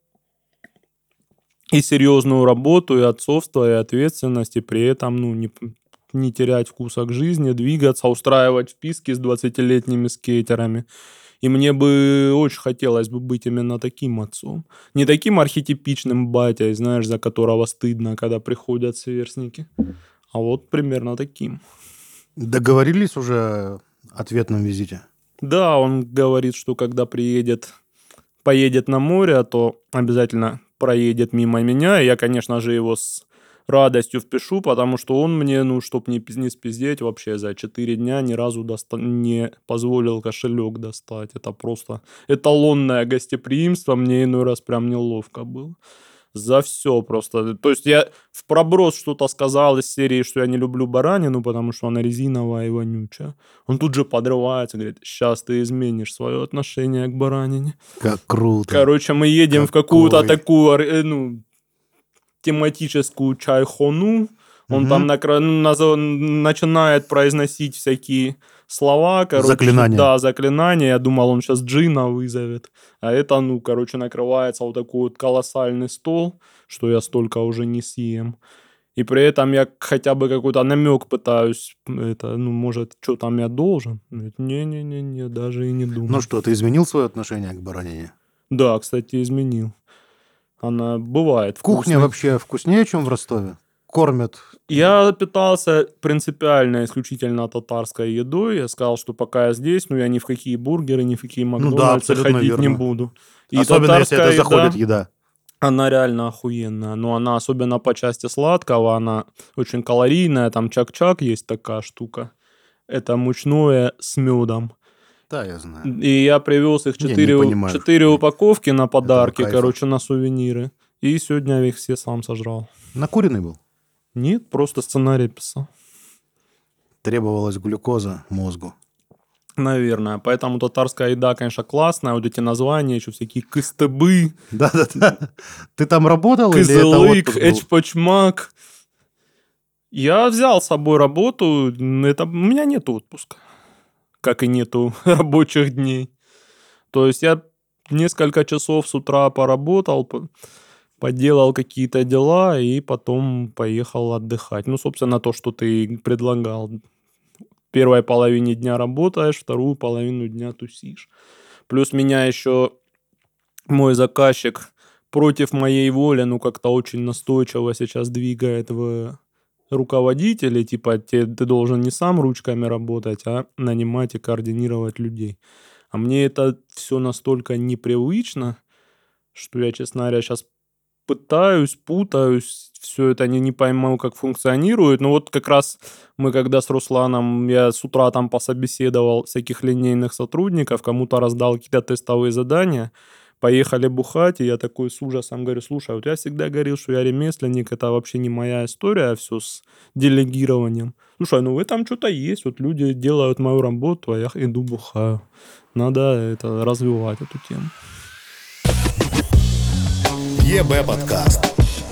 и серьезную работу, и отцовство, и ответственность, и при этом, ну, не, п- не терять вкуса к жизни, двигаться, устраивать вписки с двадцатилетними скейтерами. И мне бы очень хотелось бы быть именно таким отцом. Не таким архетипичным батей, знаешь, за которого стыдно, когда приходят сверстники. А вот примерно таким. Договорились уже о ответном визите? Да, он говорит, что когда приедет, поедет на море, то обязательно проедет мимо меня. И я, конечно же, его с радостью впишу, потому что он мне, ну, чтоб не, пиз- не спиздеть, вообще за четыре дня ни разу доста- не позволил кошелек достать. Это просто эталонное гостеприимство. Мне иной раз прям неловко было. За все просто. То есть я в проброс что-то сказал из серии, что я не люблю баранину, потому что она резиновая и вонючая. Он тут же подрывается, говорит: сейчас ты изменишь свое отношение к баранине. Как круто. Короче, мы едем в Какой. какую-то такую, э, ну, тематическую чайхону. Он Мгм. там накра- ну, назов- начинает произносить всякие слова, короче. Заклинания. Да, заклинания. Я думал, он сейчас джина вызовет. А это, ну, короче, накрывается вот такой вот колоссальный стол, что я столько уже не съем. И при этом я хотя бы какой-то намек пытаюсь, это, ну, может, что там я должен? Говорит: не-не-не, даже и не думаю. Ну что, ты изменил свое отношение к баранине? Да, кстати, изменил. Она бывает Кухня вкусной. вообще вкуснее, чем в Ростове? Кормят? Я питался принципиально исключительно татарской едой. Я сказал, что пока я здесь, ну, я ни в какие бургеры, ни в какие Ну да, Макдональдсы абсолютно ходить не верно. буду. И Особенно, если татарская это заходит еда, еда. она реально охуенная. Но она, особенно по части сладкого, она очень калорийная. Там чак-чак есть такая штука. Это мучное с медом. Да, я знаю. И я привез их Я не четыре, понимаю четыре упаковки на подарки, кайфа. короче, на сувениры. И сегодня их все сам сожрал. Накуренный был. Нет, просто сценарий писал. Требовалась глюкоза мозгу. Наверное. Поэтому татарская еда, конечно, классная. Вот эти названия, еще всякие кыстыбы, Да-да-да. Ты там работал или это кызылык, отпуск был? эчпочмак. Я взял с собой работу. Это, у меня нет отпуска. Как и нету рабочих дней. То есть я несколько часов с утра поработал, по- поделал какие-то дела и потом поехал отдыхать. Ну, собственно, то, что ты предлагал. В первой половине дня работаешь, вторую половину дня тусишь. Плюс меня еще мой заказчик против моей воли, ну, как-то очень настойчиво сейчас двигает в руководители. Типа, те, ты должен не сам ручками работать, а нанимать и координировать людей. А мне это все настолько непривычно, что я, честно говоря, сейчас пытаюсь, путаюсь, все это не, не пойму, как функционирует. Но вот как раз мы когда с Русланом, я с утра там пособеседовал всяких линейных сотрудников, кому-то раздал какие-то тестовые задания, поехали бухать, и я такой с ужасом говорю: слушай, вот я всегда говорил, что я ремесленник, это вообще не моя история, все с делегированием. Слушай, ну вы там что-то есть, вот люди делают мою работу, а я иду бухаю. Надо это развивать, эту тему. ЕБ подкаст.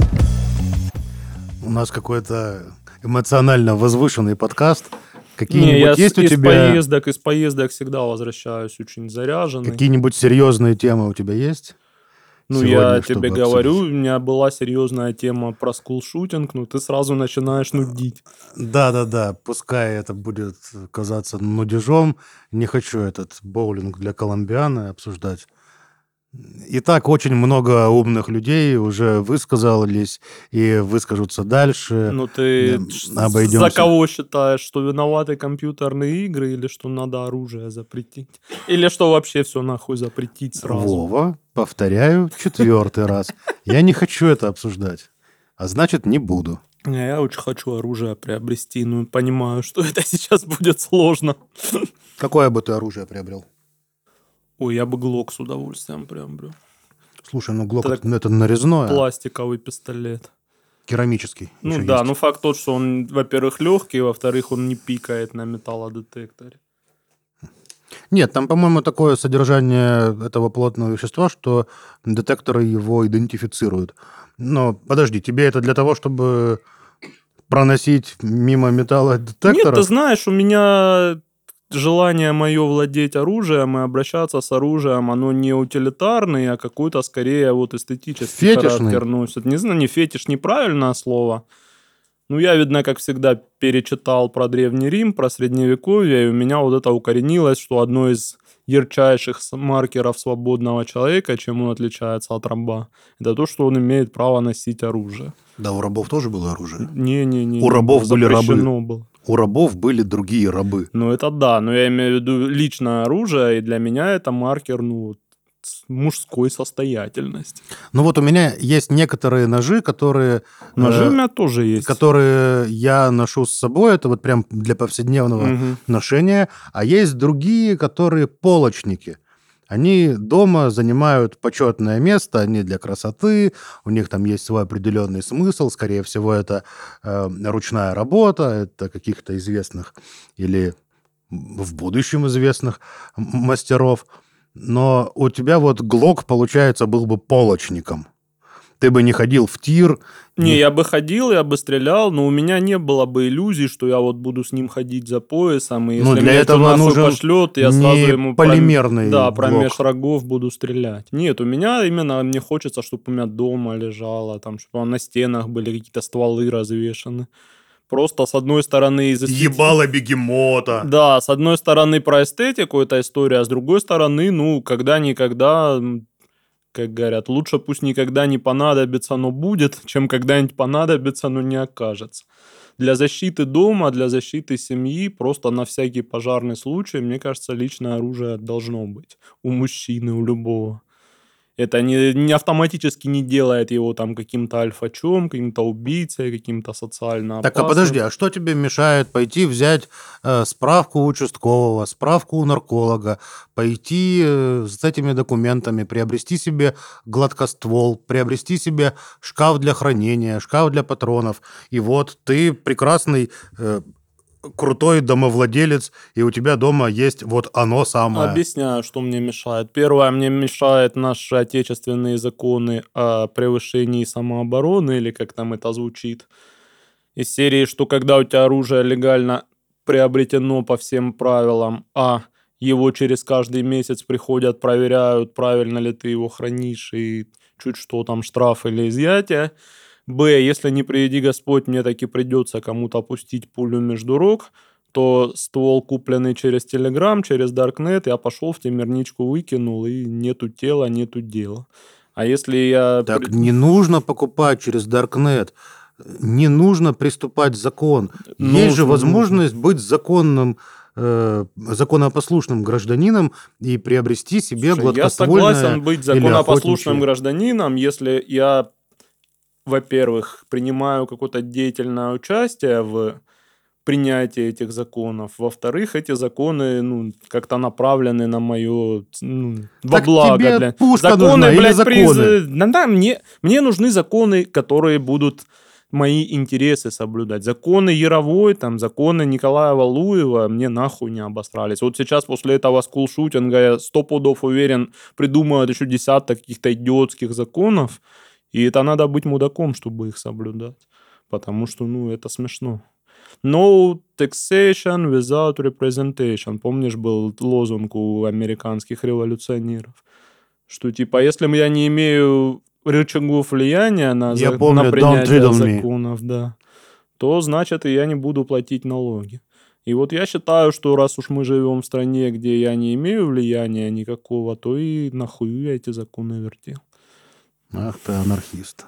У нас какой-то эмоционально возвышенный подкаст. Не, Какие-нибудь я есть с- у из тебя? поездок, из поездок всегда возвращаюсь очень заряженный. Какие-нибудь серьезные темы у тебя есть? Ну, сегодня, я чтобы тебе обсудить? говорю, у меня была серьезная тема про скулшутинг, но ты сразу начинаешь нудить. Да-да-да, пускай это будет казаться нудежом. Не хочу этот боулинг для колумбианы обсуждать. Итак, очень много умных людей уже высказались и выскажутся дальше. Ну, ты Эм, ш- обойдемся. за кого считаешь, что виноваты компьютерные игры, или что надо оружие запретить? Или что вообще все нахуй запретить сразу? Вова, повторяю, четвертый раз. Я не хочу это обсуждать. А значит, не буду. Не, я очень хочу оружие приобрести, но понимаю, что это сейчас будет сложно. Какое бы ты оружие приобрел? Ой, я бы глок с удовольствием приобрел. Слушай, ну глок Так, это, это нарезное, Пластиковый пистолет. керамический. Ну еще да, есть. ну факт тот, что он, во-первых, легкий, во-вторых, он не пикает на металлодетекторе. Нет, там, по-моему, такое содержание этого плотного вещества, что детекторы его идентифицируют. Но подожди, тебе это для того, чтобы проносить мимо металлодетекторов? Нет, ты знаешь, у меня желание мое владеть оружием и обращаться с оружием, оно не утилитарное, а какой-то скорее вот эстетический Фетишный? характер носит. Не знаю, не фетиш, неправильное слово. Ну, я, видно, как всегда, перечитал про Древний Рим, про Средневековье, и у меня вот это укоренилось, что одно из ярчайших с- маркеров свободного человека, чем он отличается от раба, это то, что он имеет право носить оружие. Да, у рабов тоже было оружие. Не-не-не. У рабов были рабы. запрещено было. У рабов были другие рабы. Ну, это да, но я имею в виду личное оружие, и для меня это маркер, ну, вот, с- мужской состоятельности. Ну вот у меня есть некоторые ножи, которые... Ножи э, у меня тоже есть. которые я ношу с собой, это вот прям для повседневного Мгм. ношения, а есть другие, которые полочники. Они дома занимают почетное место, они для красоты, у них там есть свой определенный смысл, скорее всего, это э, ручная работа, это каких-то известных или в будущем известных м- мастеров. Но у тебя вот Глок, получается, был бы полочником. Ты бы не ходил в тир. Не, я бы ходил, я бы стрелял, но у меня не было бы иллюзий, что я вот буду с ним ходить за поясом, и если Ну, для меня этого кто нахуй нужен пошлет, я не сразу ему пром- полимерный да, глок. промеж рогов буду стрелять. Нет, у меня именно, мне хочется, чтобы у меня дома лежало, там, чтобы на стенах были какие-то стволы развешаны. Просто с одной стороны из эстетики- бегемота. Да, с одной стороны про эстетику эта история, а с другой стороны, ну, когда-никогда, м, как говорят, лучше пусть никогда не понадобится, но будет, чем когда-нибудь понадобится, но не окажется. Для защиты дома, для защиты семьи, просто на всякий пожарный случай, мне кажется, личное оружие должно быть у мужчины, у любого. Это не, не автоматически не делает его там каким-то альфачом, каким-то убийцей, каким-то социально Так, а опасным. подожди, а что тебе мешает пойти взять э, справку у участкового, справку у нарколога, пойти э, с этими документами, приобрести себе гладкоствол, приобрести себе шкаф для хранения, шкаф для патронов, и вот ты прекрасный э, крутой домовладелец, и у тебя дома есть вот оно самое. Объясняю, что мне мешает. Первое, мне мешает наши отечественные законы о превышении самообороны, или как там это звучит. Из серии, что когда у тебя оружие легально приобретено по всем правилам, а его через каждый месяц приходят, проверяют, правильно ли ты его хранишь, и чуть что там штраф или изъятие. Б, если не приведи Господь, мне таки придется кому-то опустить пулю между рог, то ствол, купленный через Telegram, через Darknet, я пошел в темерничку выкинул, и нету тела, нету дела. А если я... Так при- не нужно покупать через Darknet, не нужно приступать закон. Есть же Нужно, возможность быть законным, э, законопослушным гражданином и приобрести себе Слушай, я гладкоствольное согласен быть или законопослушным охотничье. гражданином, если я во-первых, принимаю какое-то деятельное участие в принятии этих законов. Во-вторых, эти законы, ну, как-то направлены на мое, ну, во Так благо. тебе Для... пушка законы, нужна или блядь, законы? приз- Да, да, мне, мне нужны законы, которые будут мои интересы соблюдать. Законы Яровой, там, законы Николая Валуева мне нахуй не обосрались. Вот сейчас после этого скулшутинга я сто пудов уверен, придумают еще десяток каких-то идиотских законов, и это надо быть мудаком, чтобы их соблюдать. Потому что, ну, это смешно. No taxation without representation. Помнишь, был лозунг у американских революционеров? Что типа, если я не имею рычагов влияния на, Я за- помню, на don't принятие riddle me. законов, да, то значит и я не буду платить налоги. И вот я считаю, что раз уж мы живем в стране, где я не имею влияния никакого, то и нахуй я эти законы вертел. Ах ты анархист.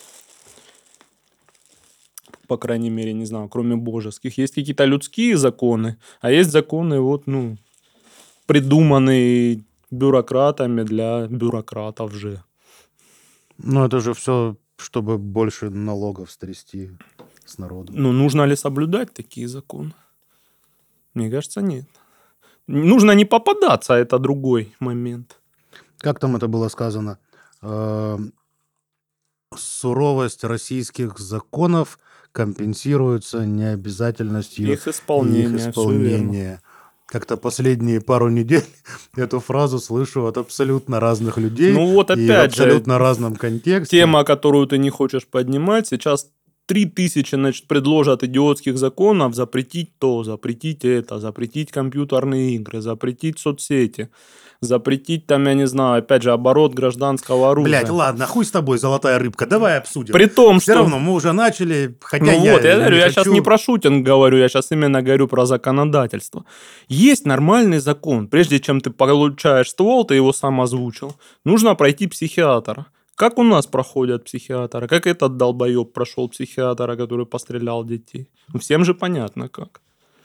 По крайней мере, не знаю, кроме божеских. Есть какие-то людские законы, а есть законы, вот, ну, придуманные бюрократами для бюрократов же. Ну, это же все, чтобы больше налогов стрясти с народа. Ну, нужно ли соблюдать такие законы? Мне кажется, нет. Нужно не попадаться, а это другой момент. Как там это было сказано? Э, Суровость российских законов компенсируется необязательностью Их исполнение, их всё верно. исполнения. Как-то последние пару недель эту фразу слышу от абсолютно разных людей. Ну вот и в опять же, абсолютно разном контексте. тема, которую ты не хочешь поднимать, сейчас три тысячи, значит, предложат идиотских законов запретить то, запретить это, запретить компьютерные игры, запретить соцсети, запретить там, я не знаю, опять же, оборот гражданского оружия. Блять, ладно, хуй с тобой, золотая рыбка, давай обсудим. При том, Все что... равно мы уже начали, хотя Ну я вот, я говорю, не я сейчас хочу. не про шутинг говорю, я сейчас именно говорю про законодательство. Есть нормальный закон. Прежде чем ты получаешь ствол, ты его сам озвучил. Нужно пройти психиатра. Как у нас проходят психиатры? Как этот долбоеб прошел психиатра, который пострелял детей? Ну, всем же понятно как.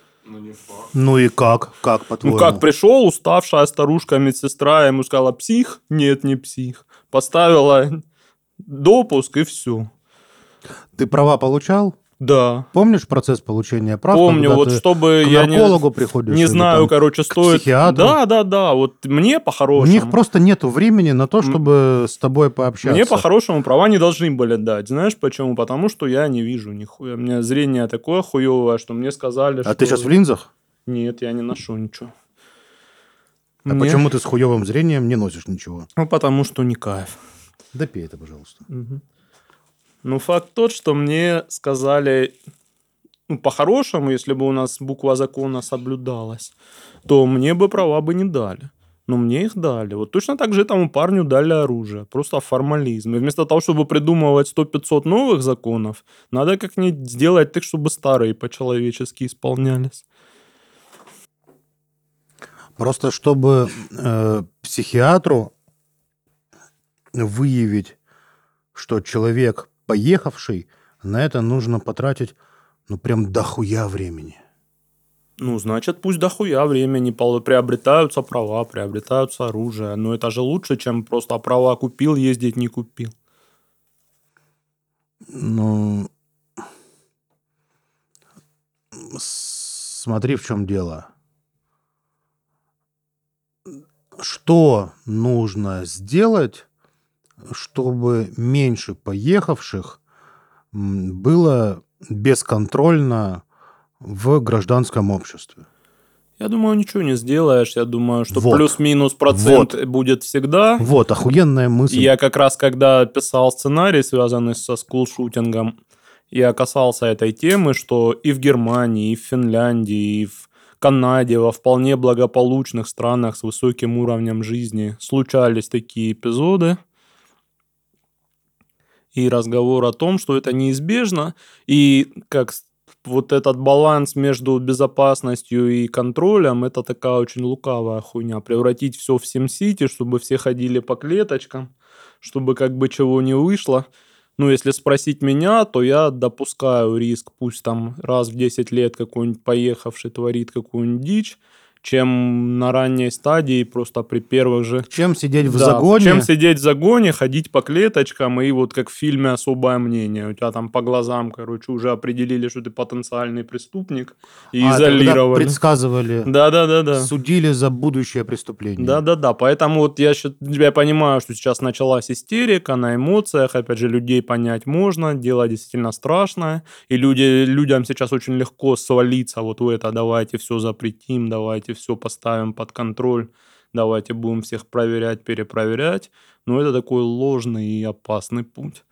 Ну и как? Как, по-твоему? Ну как, пришел уставшая старушка, медсестра, ему сказала, псих? Нет, не псих. Поставила допуск и все. Ты права получал? Да. Помнишь процесс получения прав? Помню, когда вот ты чтобы к я не, наркологу приходишь? не или знаю, там короче, к стоит... психиатру? Да, да, да, вот мне У по-хорошему. них просто нету времени на то, чтобы с тобой пообщаться. Мне по-хорошему права не должны были дать. Знаешь почему? Потому что я не вижу нихуя. У меня зрение такое хуевое, что мне сказали, А что... ты сейчас в линзах? Нет, я не ношу ничего. А Мне- почему ты с хуевым зрением не носишь ничего? Ну, потому что не кайф. Допей это, пожалуйста. Мгм. Ну, факт тот, что мне сказали, ну, по-хорошему, если бы у нас буква закона соблюдалась, то мне бы права бы не дали. Но мне их дали. Вот точно так же этому парню дали оружие. Просто формализм. И вместо того, чтобы придумывать сто-пятьсот новых законов, надо как-нибудь сделать так, чтобы старые по-человечески исполнялись. Просто чтобы э, психиатру выявить, что человек поехавший, на это нужно потратить, ну, прям дохуя времени. Ну, значит, пусть дохуя времени пол- приобретаются права, приобретаются оружие. Но это же лучше, чем просто права купил, ездить не купил. Ну, смотри, в чем дело. Что нужно сделать, чтобы меньше поехавших м, было бесконтрольно в гражданском обществе? Я думаю, ничего не сделаешь. Я думаю, что Вот. плюс-минус процент будет всегда. Вот, охуенная мысль. И я как раз, когда писал сценарий, связанный со скулшутингом, я касался этой темы, что и в Германии, и в Финляндии, и в Канаде, во вполне благополучных странах с высоким уровнем жизни случались такие эпизоды. И разговор о том, что это неизбежно, и как с- вот этот баланс между безопасностью и контролем, это такая очень лукавая хуйня. Превратить все в SimCity, чтобы все ходили по клеточкам, чтобы как бы чего не вышло. Ну, если спросить меня, то я допускаю риск, пусть там раз в десять лет какой-нибудь поехавший творит какую-нибудь дичь. чем на ранней стадии, просто при первых же... Чем сидеть в Да, загоне. чем сидеть в загоне, ходить по клеточкам, и вот как в фильме «Особое мнение». У тебя там по глазам, короче, уже определили, что ты потенциальный преступник, и А, это когда изолировали. предсказывали, Да-да-да-да. судили за будущее преступление. Да-да-да, поэтому вот я, щас- я понимаю, что сейчас началась истерика на эмоциях, опять же, людей понять можно, дело действительно страшное, и люди, людям сейчас очень легко свалиться вот в это, давайте все запретим, давайте все поставим под контроль, давайте будем всех проверять, перепроверять, но это такой ложный и опасный путь.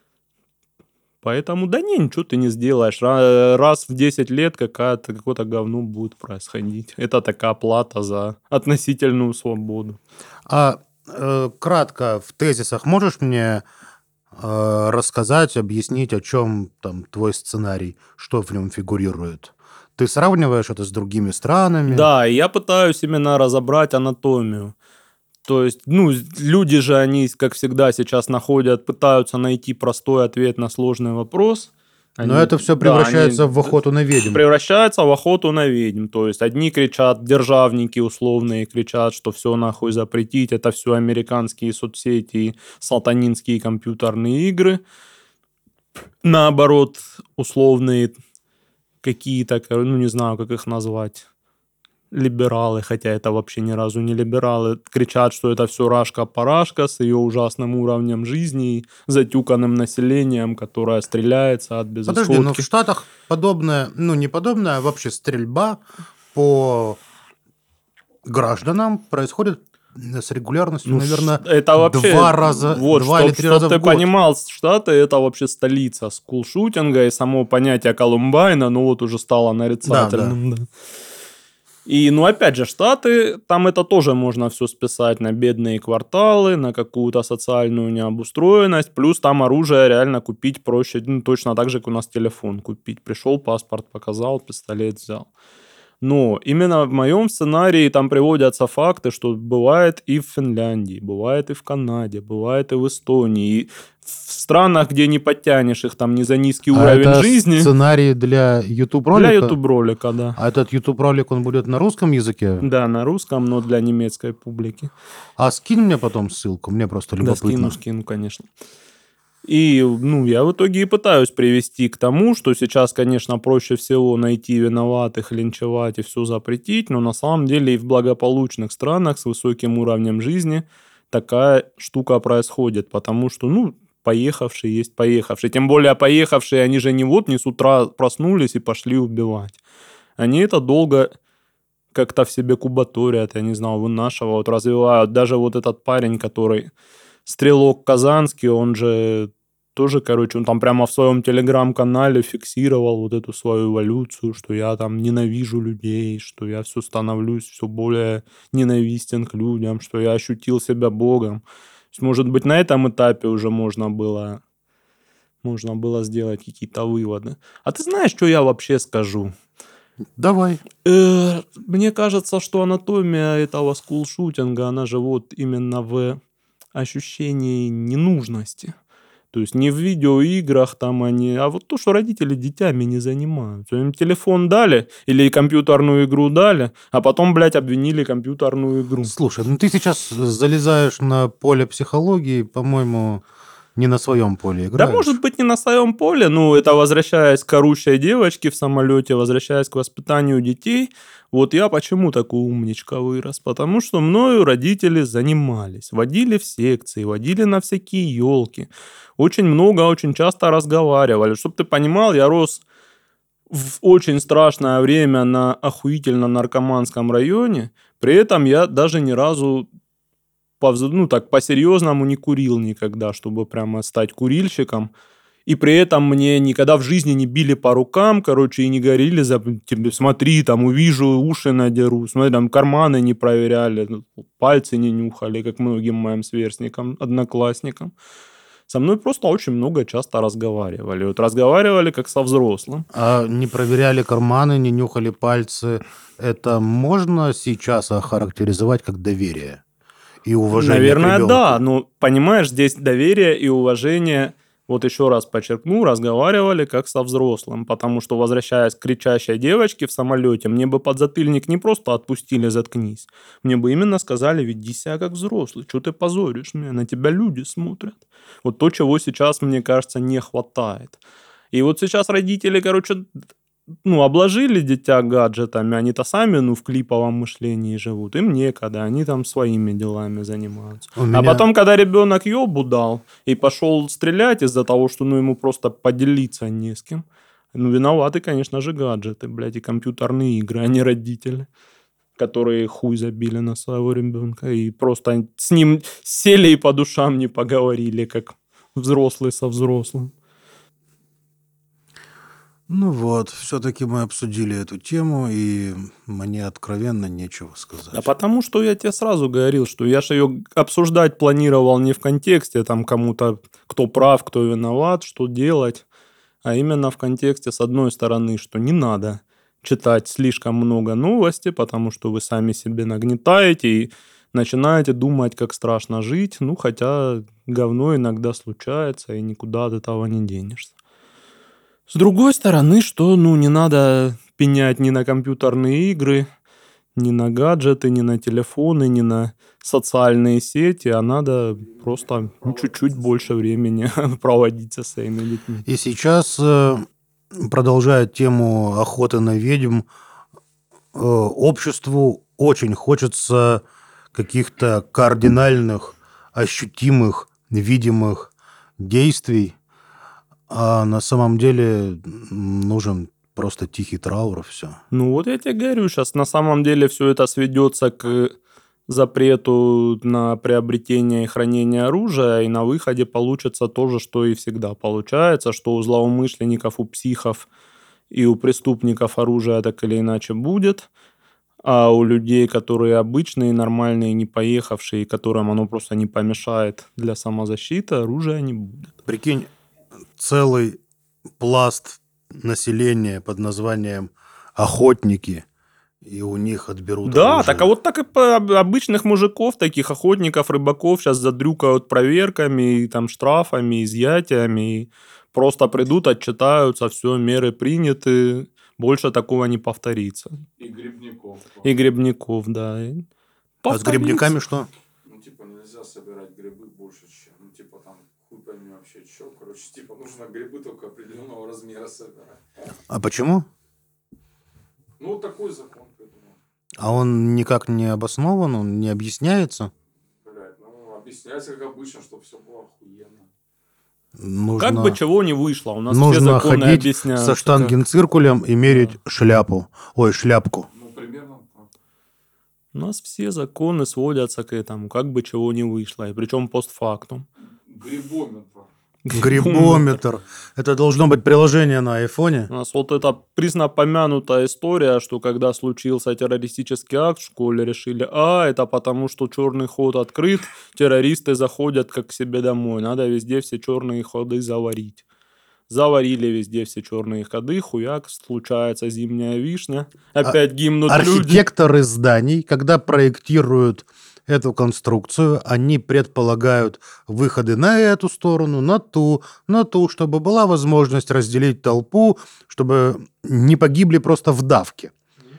Поэтому, да не, ничего ты не сделаешь. Ра- Раз в десять лет какая-то, какое-то говно будет происходить. Это такая плата за относительную свободу. А э, кратко в тезисах можешь мне э, рассказать, объяснить, о чем там твой сценарий, что в нем фигурирует? Ты сравниваешь это с другими странами? Да, и я пытаюсь именно разобрать анатомию. То есть, ну, люди же, они, как всегда, сейчас находят, пытаются найти простой ответ на сложный вопрос. Но Они- это все да, превращается они- в охоту на ведьм. Превращается в охоту на ведьм. То есть одни кричат, державники условные кричат, что все нахуй запретить, это все американские соцсети, сатанинские компьютерные игры. Наоборот, условные какие-то, ну не знаю, как их назвать, либералы, хотя это вообще ни разу не либералы, кричат, что это все рашка-парашка с ее ужасным уровнем жизни и затюканным населением, которое стреляется от безысходки. Подожди, но в Штатах подобная, ну не подобная, а вообще стрельба по гражданам происходит с регулярностью, Ну, наверное, ш- это вообще, два раза, вот, два чтоб- или три чтоб раза в ты год. понимал, Штаты это вообще столица скулшутинга, и само понятие Колумбайна, ну вот уже стало нарицательным. Да. И, ну, опять же, Штаты, там это тоже можно все списать на бедные кварталы, на какую-то социальную необустроенность, плюс там оружие реально купить проще, ну, точно так же, как у нас телефон купить. Пришел, паспорт показал, пистолет взял. Но именно в моем сценарии там приводятся факты, что бывает и в Финляндии, бывает и в Канаде, бывает и в Эстонии. И в странах, где не подтянешь их там ни за низкий А уровень это жизни. сценарий для YouTube-ролика? Для YouTube-ролика, да. А этот YouTube-ролик, он будет на русском языке? Да, на русском, но для немецкой публики. А скинь мне потом ссылку, мне просто Да, любопытно. скину, скину, конечно. И, ну, я в итоге и пытаюсь привести к тому, что сейчас, конечно, проще всего найти виноватых, линчевать и все запретить, но на самом деле и в благополучных странах с высоким уровнем жизни такая штука происходит, потому что, ну, поехавшие есть поехавшие. Тем более поехавшие, они же не вот не с утра проснулись и пошли убивать. Они это долго как-то в себе кубаторят, я не знаю, вынашивают, развивают. Даже вот этот парень, который Стрелок Казанский, он же тоже, короче, он там прямо в своем телеграм-канале фиксировал вот эту свою эволюцию, что я там ненавижу людей, что я все становлюсь все более ненавистен к людям, что я ощутил себя Богом. То есть, может быть, на этом этапе уже можно было, можно было сделать какие-то выводы. А ты знаешь, что я вообще скажу? Давай. Э, Мне кажется, что анатомия этого скулшутинга, она же вот именно в ощущении ненужности. То есть не в видеоиграх там они, а вот то, что родители детьми не занимаются. Им телефон дали или компьютерную игру дали, а потом, блядь, обвинили компьютерную игру. Слушай, ну ты сейчас залезаешь на поле психологии, по-моему, не на своем поле играешь. Да, может быть, не на своем поле, но это возвращаясь к орущей девочке в самолете, возвращаясь к воспитанию детей, вот я почему такой умничка вырос? Потому что мною родители занимались, водили в секции, водили на всякие елки, очень много, очень часто разговаривали. Чтобы ты понимал, я рос в очень страшное время на охуительно наркоманском районе, при этом я даже ни разу ну, так, по-серьезному не курил никогда, чтобы прямо стать курильщиком. И при этом мне никогда в жизни не били по рукам, короче, и не говорили, за, тебе, смотри, там, увижу, уши надеру, смотри, там, карманы не проверяли, пальцы не нюхали, как многим моим сверстникам, одноклассникам. Со мной просто очень много часто разговаривали. Вот разговаривали как со взрослым. А не проверяли карманы, не нюхали пальцы. Это можно сейчас охарактеризовать как доверие? И уважение Наверное, к ребенку? да. Но, понимаешь, здесь доверие и уважение Вот еще раз подчеркну, разговаривали как со взрослым, потому что, возвращаясь к кричащей девочке в самолете, мне бы подзатыльник не просто отпустили, заткнись. Мне бы именно сказали, веди себя как взрослый, что ты позоришь меня, на тебя люди смотрят. Вот то, чего сейчас, мне кажется, не хватает. И вот сейчас родители, короче, ну, обложили дитя гаджетами, они-то сами, ну, в клиповом мышлении живут, им некогда, они там своими делами занимаются. У меня- А потом, когда ребенок ёбу дал и пошел стрелять из-за того, что, ну, ему просто поделиться не с кем, ну, виноваты, конечно же, гаджеты, блядь, и компьютерные игры, а не родители, которые хуй забили на своего ребенка и просто с ним сели и по душам не поговорили, как взрослый со взрослым. Ну вот, все-таки мы обсудили эту тему, и мне откровенно нечего сказать. А потому что я тебе сразу говорил, что я же ее обсуждать планировал не в контексте там кому-то, кто прав, кто виноват, что делать, а именно в контексте, с одной стороны, что не надо читать слишком много новостей, потому что вы сами себе нагнетаете и начинаете думать, как страшно жить, ну, хотя говно иногда случается, и никуда от этого не денешься. С другой стороны, что, ну, не надо пенять ни на компьютерные игры, ни на гаджеты, ни на телефоны, ни на социальные сети, а надо просто ну, чуть-чуть больше времени проводить со своими детьми. И сейчас, э, продолжая тему охоты на ведьм, э, обществу очень хочется каких-то кардинальных, ощутимых, видимых действий, а на самом деле нужен просто тихий траур, все. Ну вот я тебе говорю, сейчас на самом деле все это сведется к запрету на приобретение и хранение оружия, и на выходе получится то же, что и всегда получается, что у злоумышленников, у психов и у преступников оружие так или иначе будет, а у людей, которые обычные, нормальные, не поехавшие, которым оно просто не помешает для самозащиты, оружия не будет. Прикинь, целый пласт населения под названием охотники, и у них отберут Да, оружие. так а вот так и по обычных мужиков, таких охотников, рыбаков сейчас задрюкают проверками, и там штрафами, изъятиями, и просто придут, отчитаются, все, меры приняты, больше такого не повторится. И грибников. И грибников, да. и А с грибниками что? Ну, типа, нельзя собирать грибы больше, чем, ну, типа, там, хуй пойми вообще, что, короче, типа, нужно грибы только определенного размера собирать. А почему? Ну, вот такой закон придумал. А он никак не обоснован, он не объясняется? Блядь, ну, объясняется, как обычно, чтобы все было охуенно. Нужно, Как бы чего не вышло, у нас все нужно законы ходить объясняются. со штангенциркулем и мерить шляпу. Ой, шляпку. Ну, примерно так. У нас все законы сводятся к этому, как бы чего не вышло, и причем постфактум. Грибометр. Грибометр. Это должно быть приложение на айфоне. У нас вот эта признапомянутая история, что когда случился террористический акт в школе, решили, а, это потому, что черный ход открыт, террористы заходят как к себе домой, надо везде все черные ходы заварить. Заварили везде все черные ходы, хуяк, случается зимняя вишня, опять гимнут люди. Архитекторы зданий, когда проектируют эту конструкцию, они предполагают выходы на эту сторону, на ту, на ту, чтобы была возможность разделить толпу, чтобы не погибли просто в давке.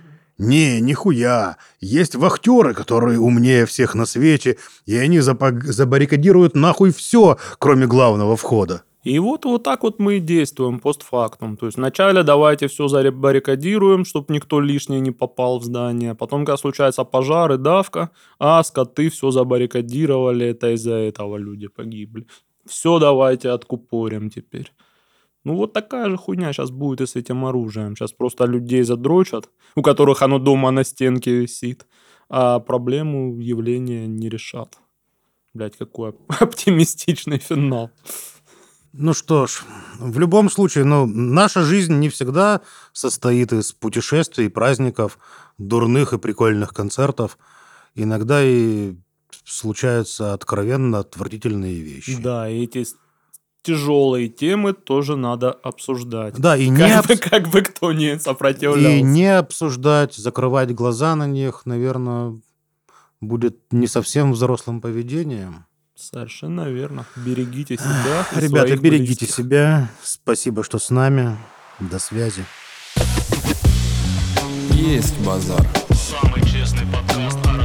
Не, нихуя. Есть вахтеры, которые умнее всех на свете, и они запа- забаррикадируют нахуй все, кроме главного входа. И вот, вот так вот мы и действуем постфактум. То есть вначале давайте все забаррикадируем, чтобы никто лишний не попал в здание. Потом, когда случается пожар и давка, а скоты все забаррикадировали, это из-за этого люди погибли. Все давайте откупорим теперь. Ну вот такая же хуйня сейчас будет и с этим оружием. Сейчас просто людей задрочат, у которых оно дома на стенке висит, а проблему явления не решат. Блять, какой оптимистичный финал. Ну что ж, в любом случае, ну, наша жизнь не всегда состоит из путешествий, праздников, дурных и прикольных концертов. Иногда и случаются откровенно отвратительные вещи. Да, и эти тяжелые темы тоже надо обсуждать. Да, и не, Как, бы, обс- как бы кто не и сопротивлялся. не обсуждать, закрывать глаза на них, наверное, будет не совсем взрослым поведением. Совершенно верно. Берегите себя и Ребята, своих берегите близких. себя. Спасибо, что с нами. До связи. Есть базар. Самый честный подкаст о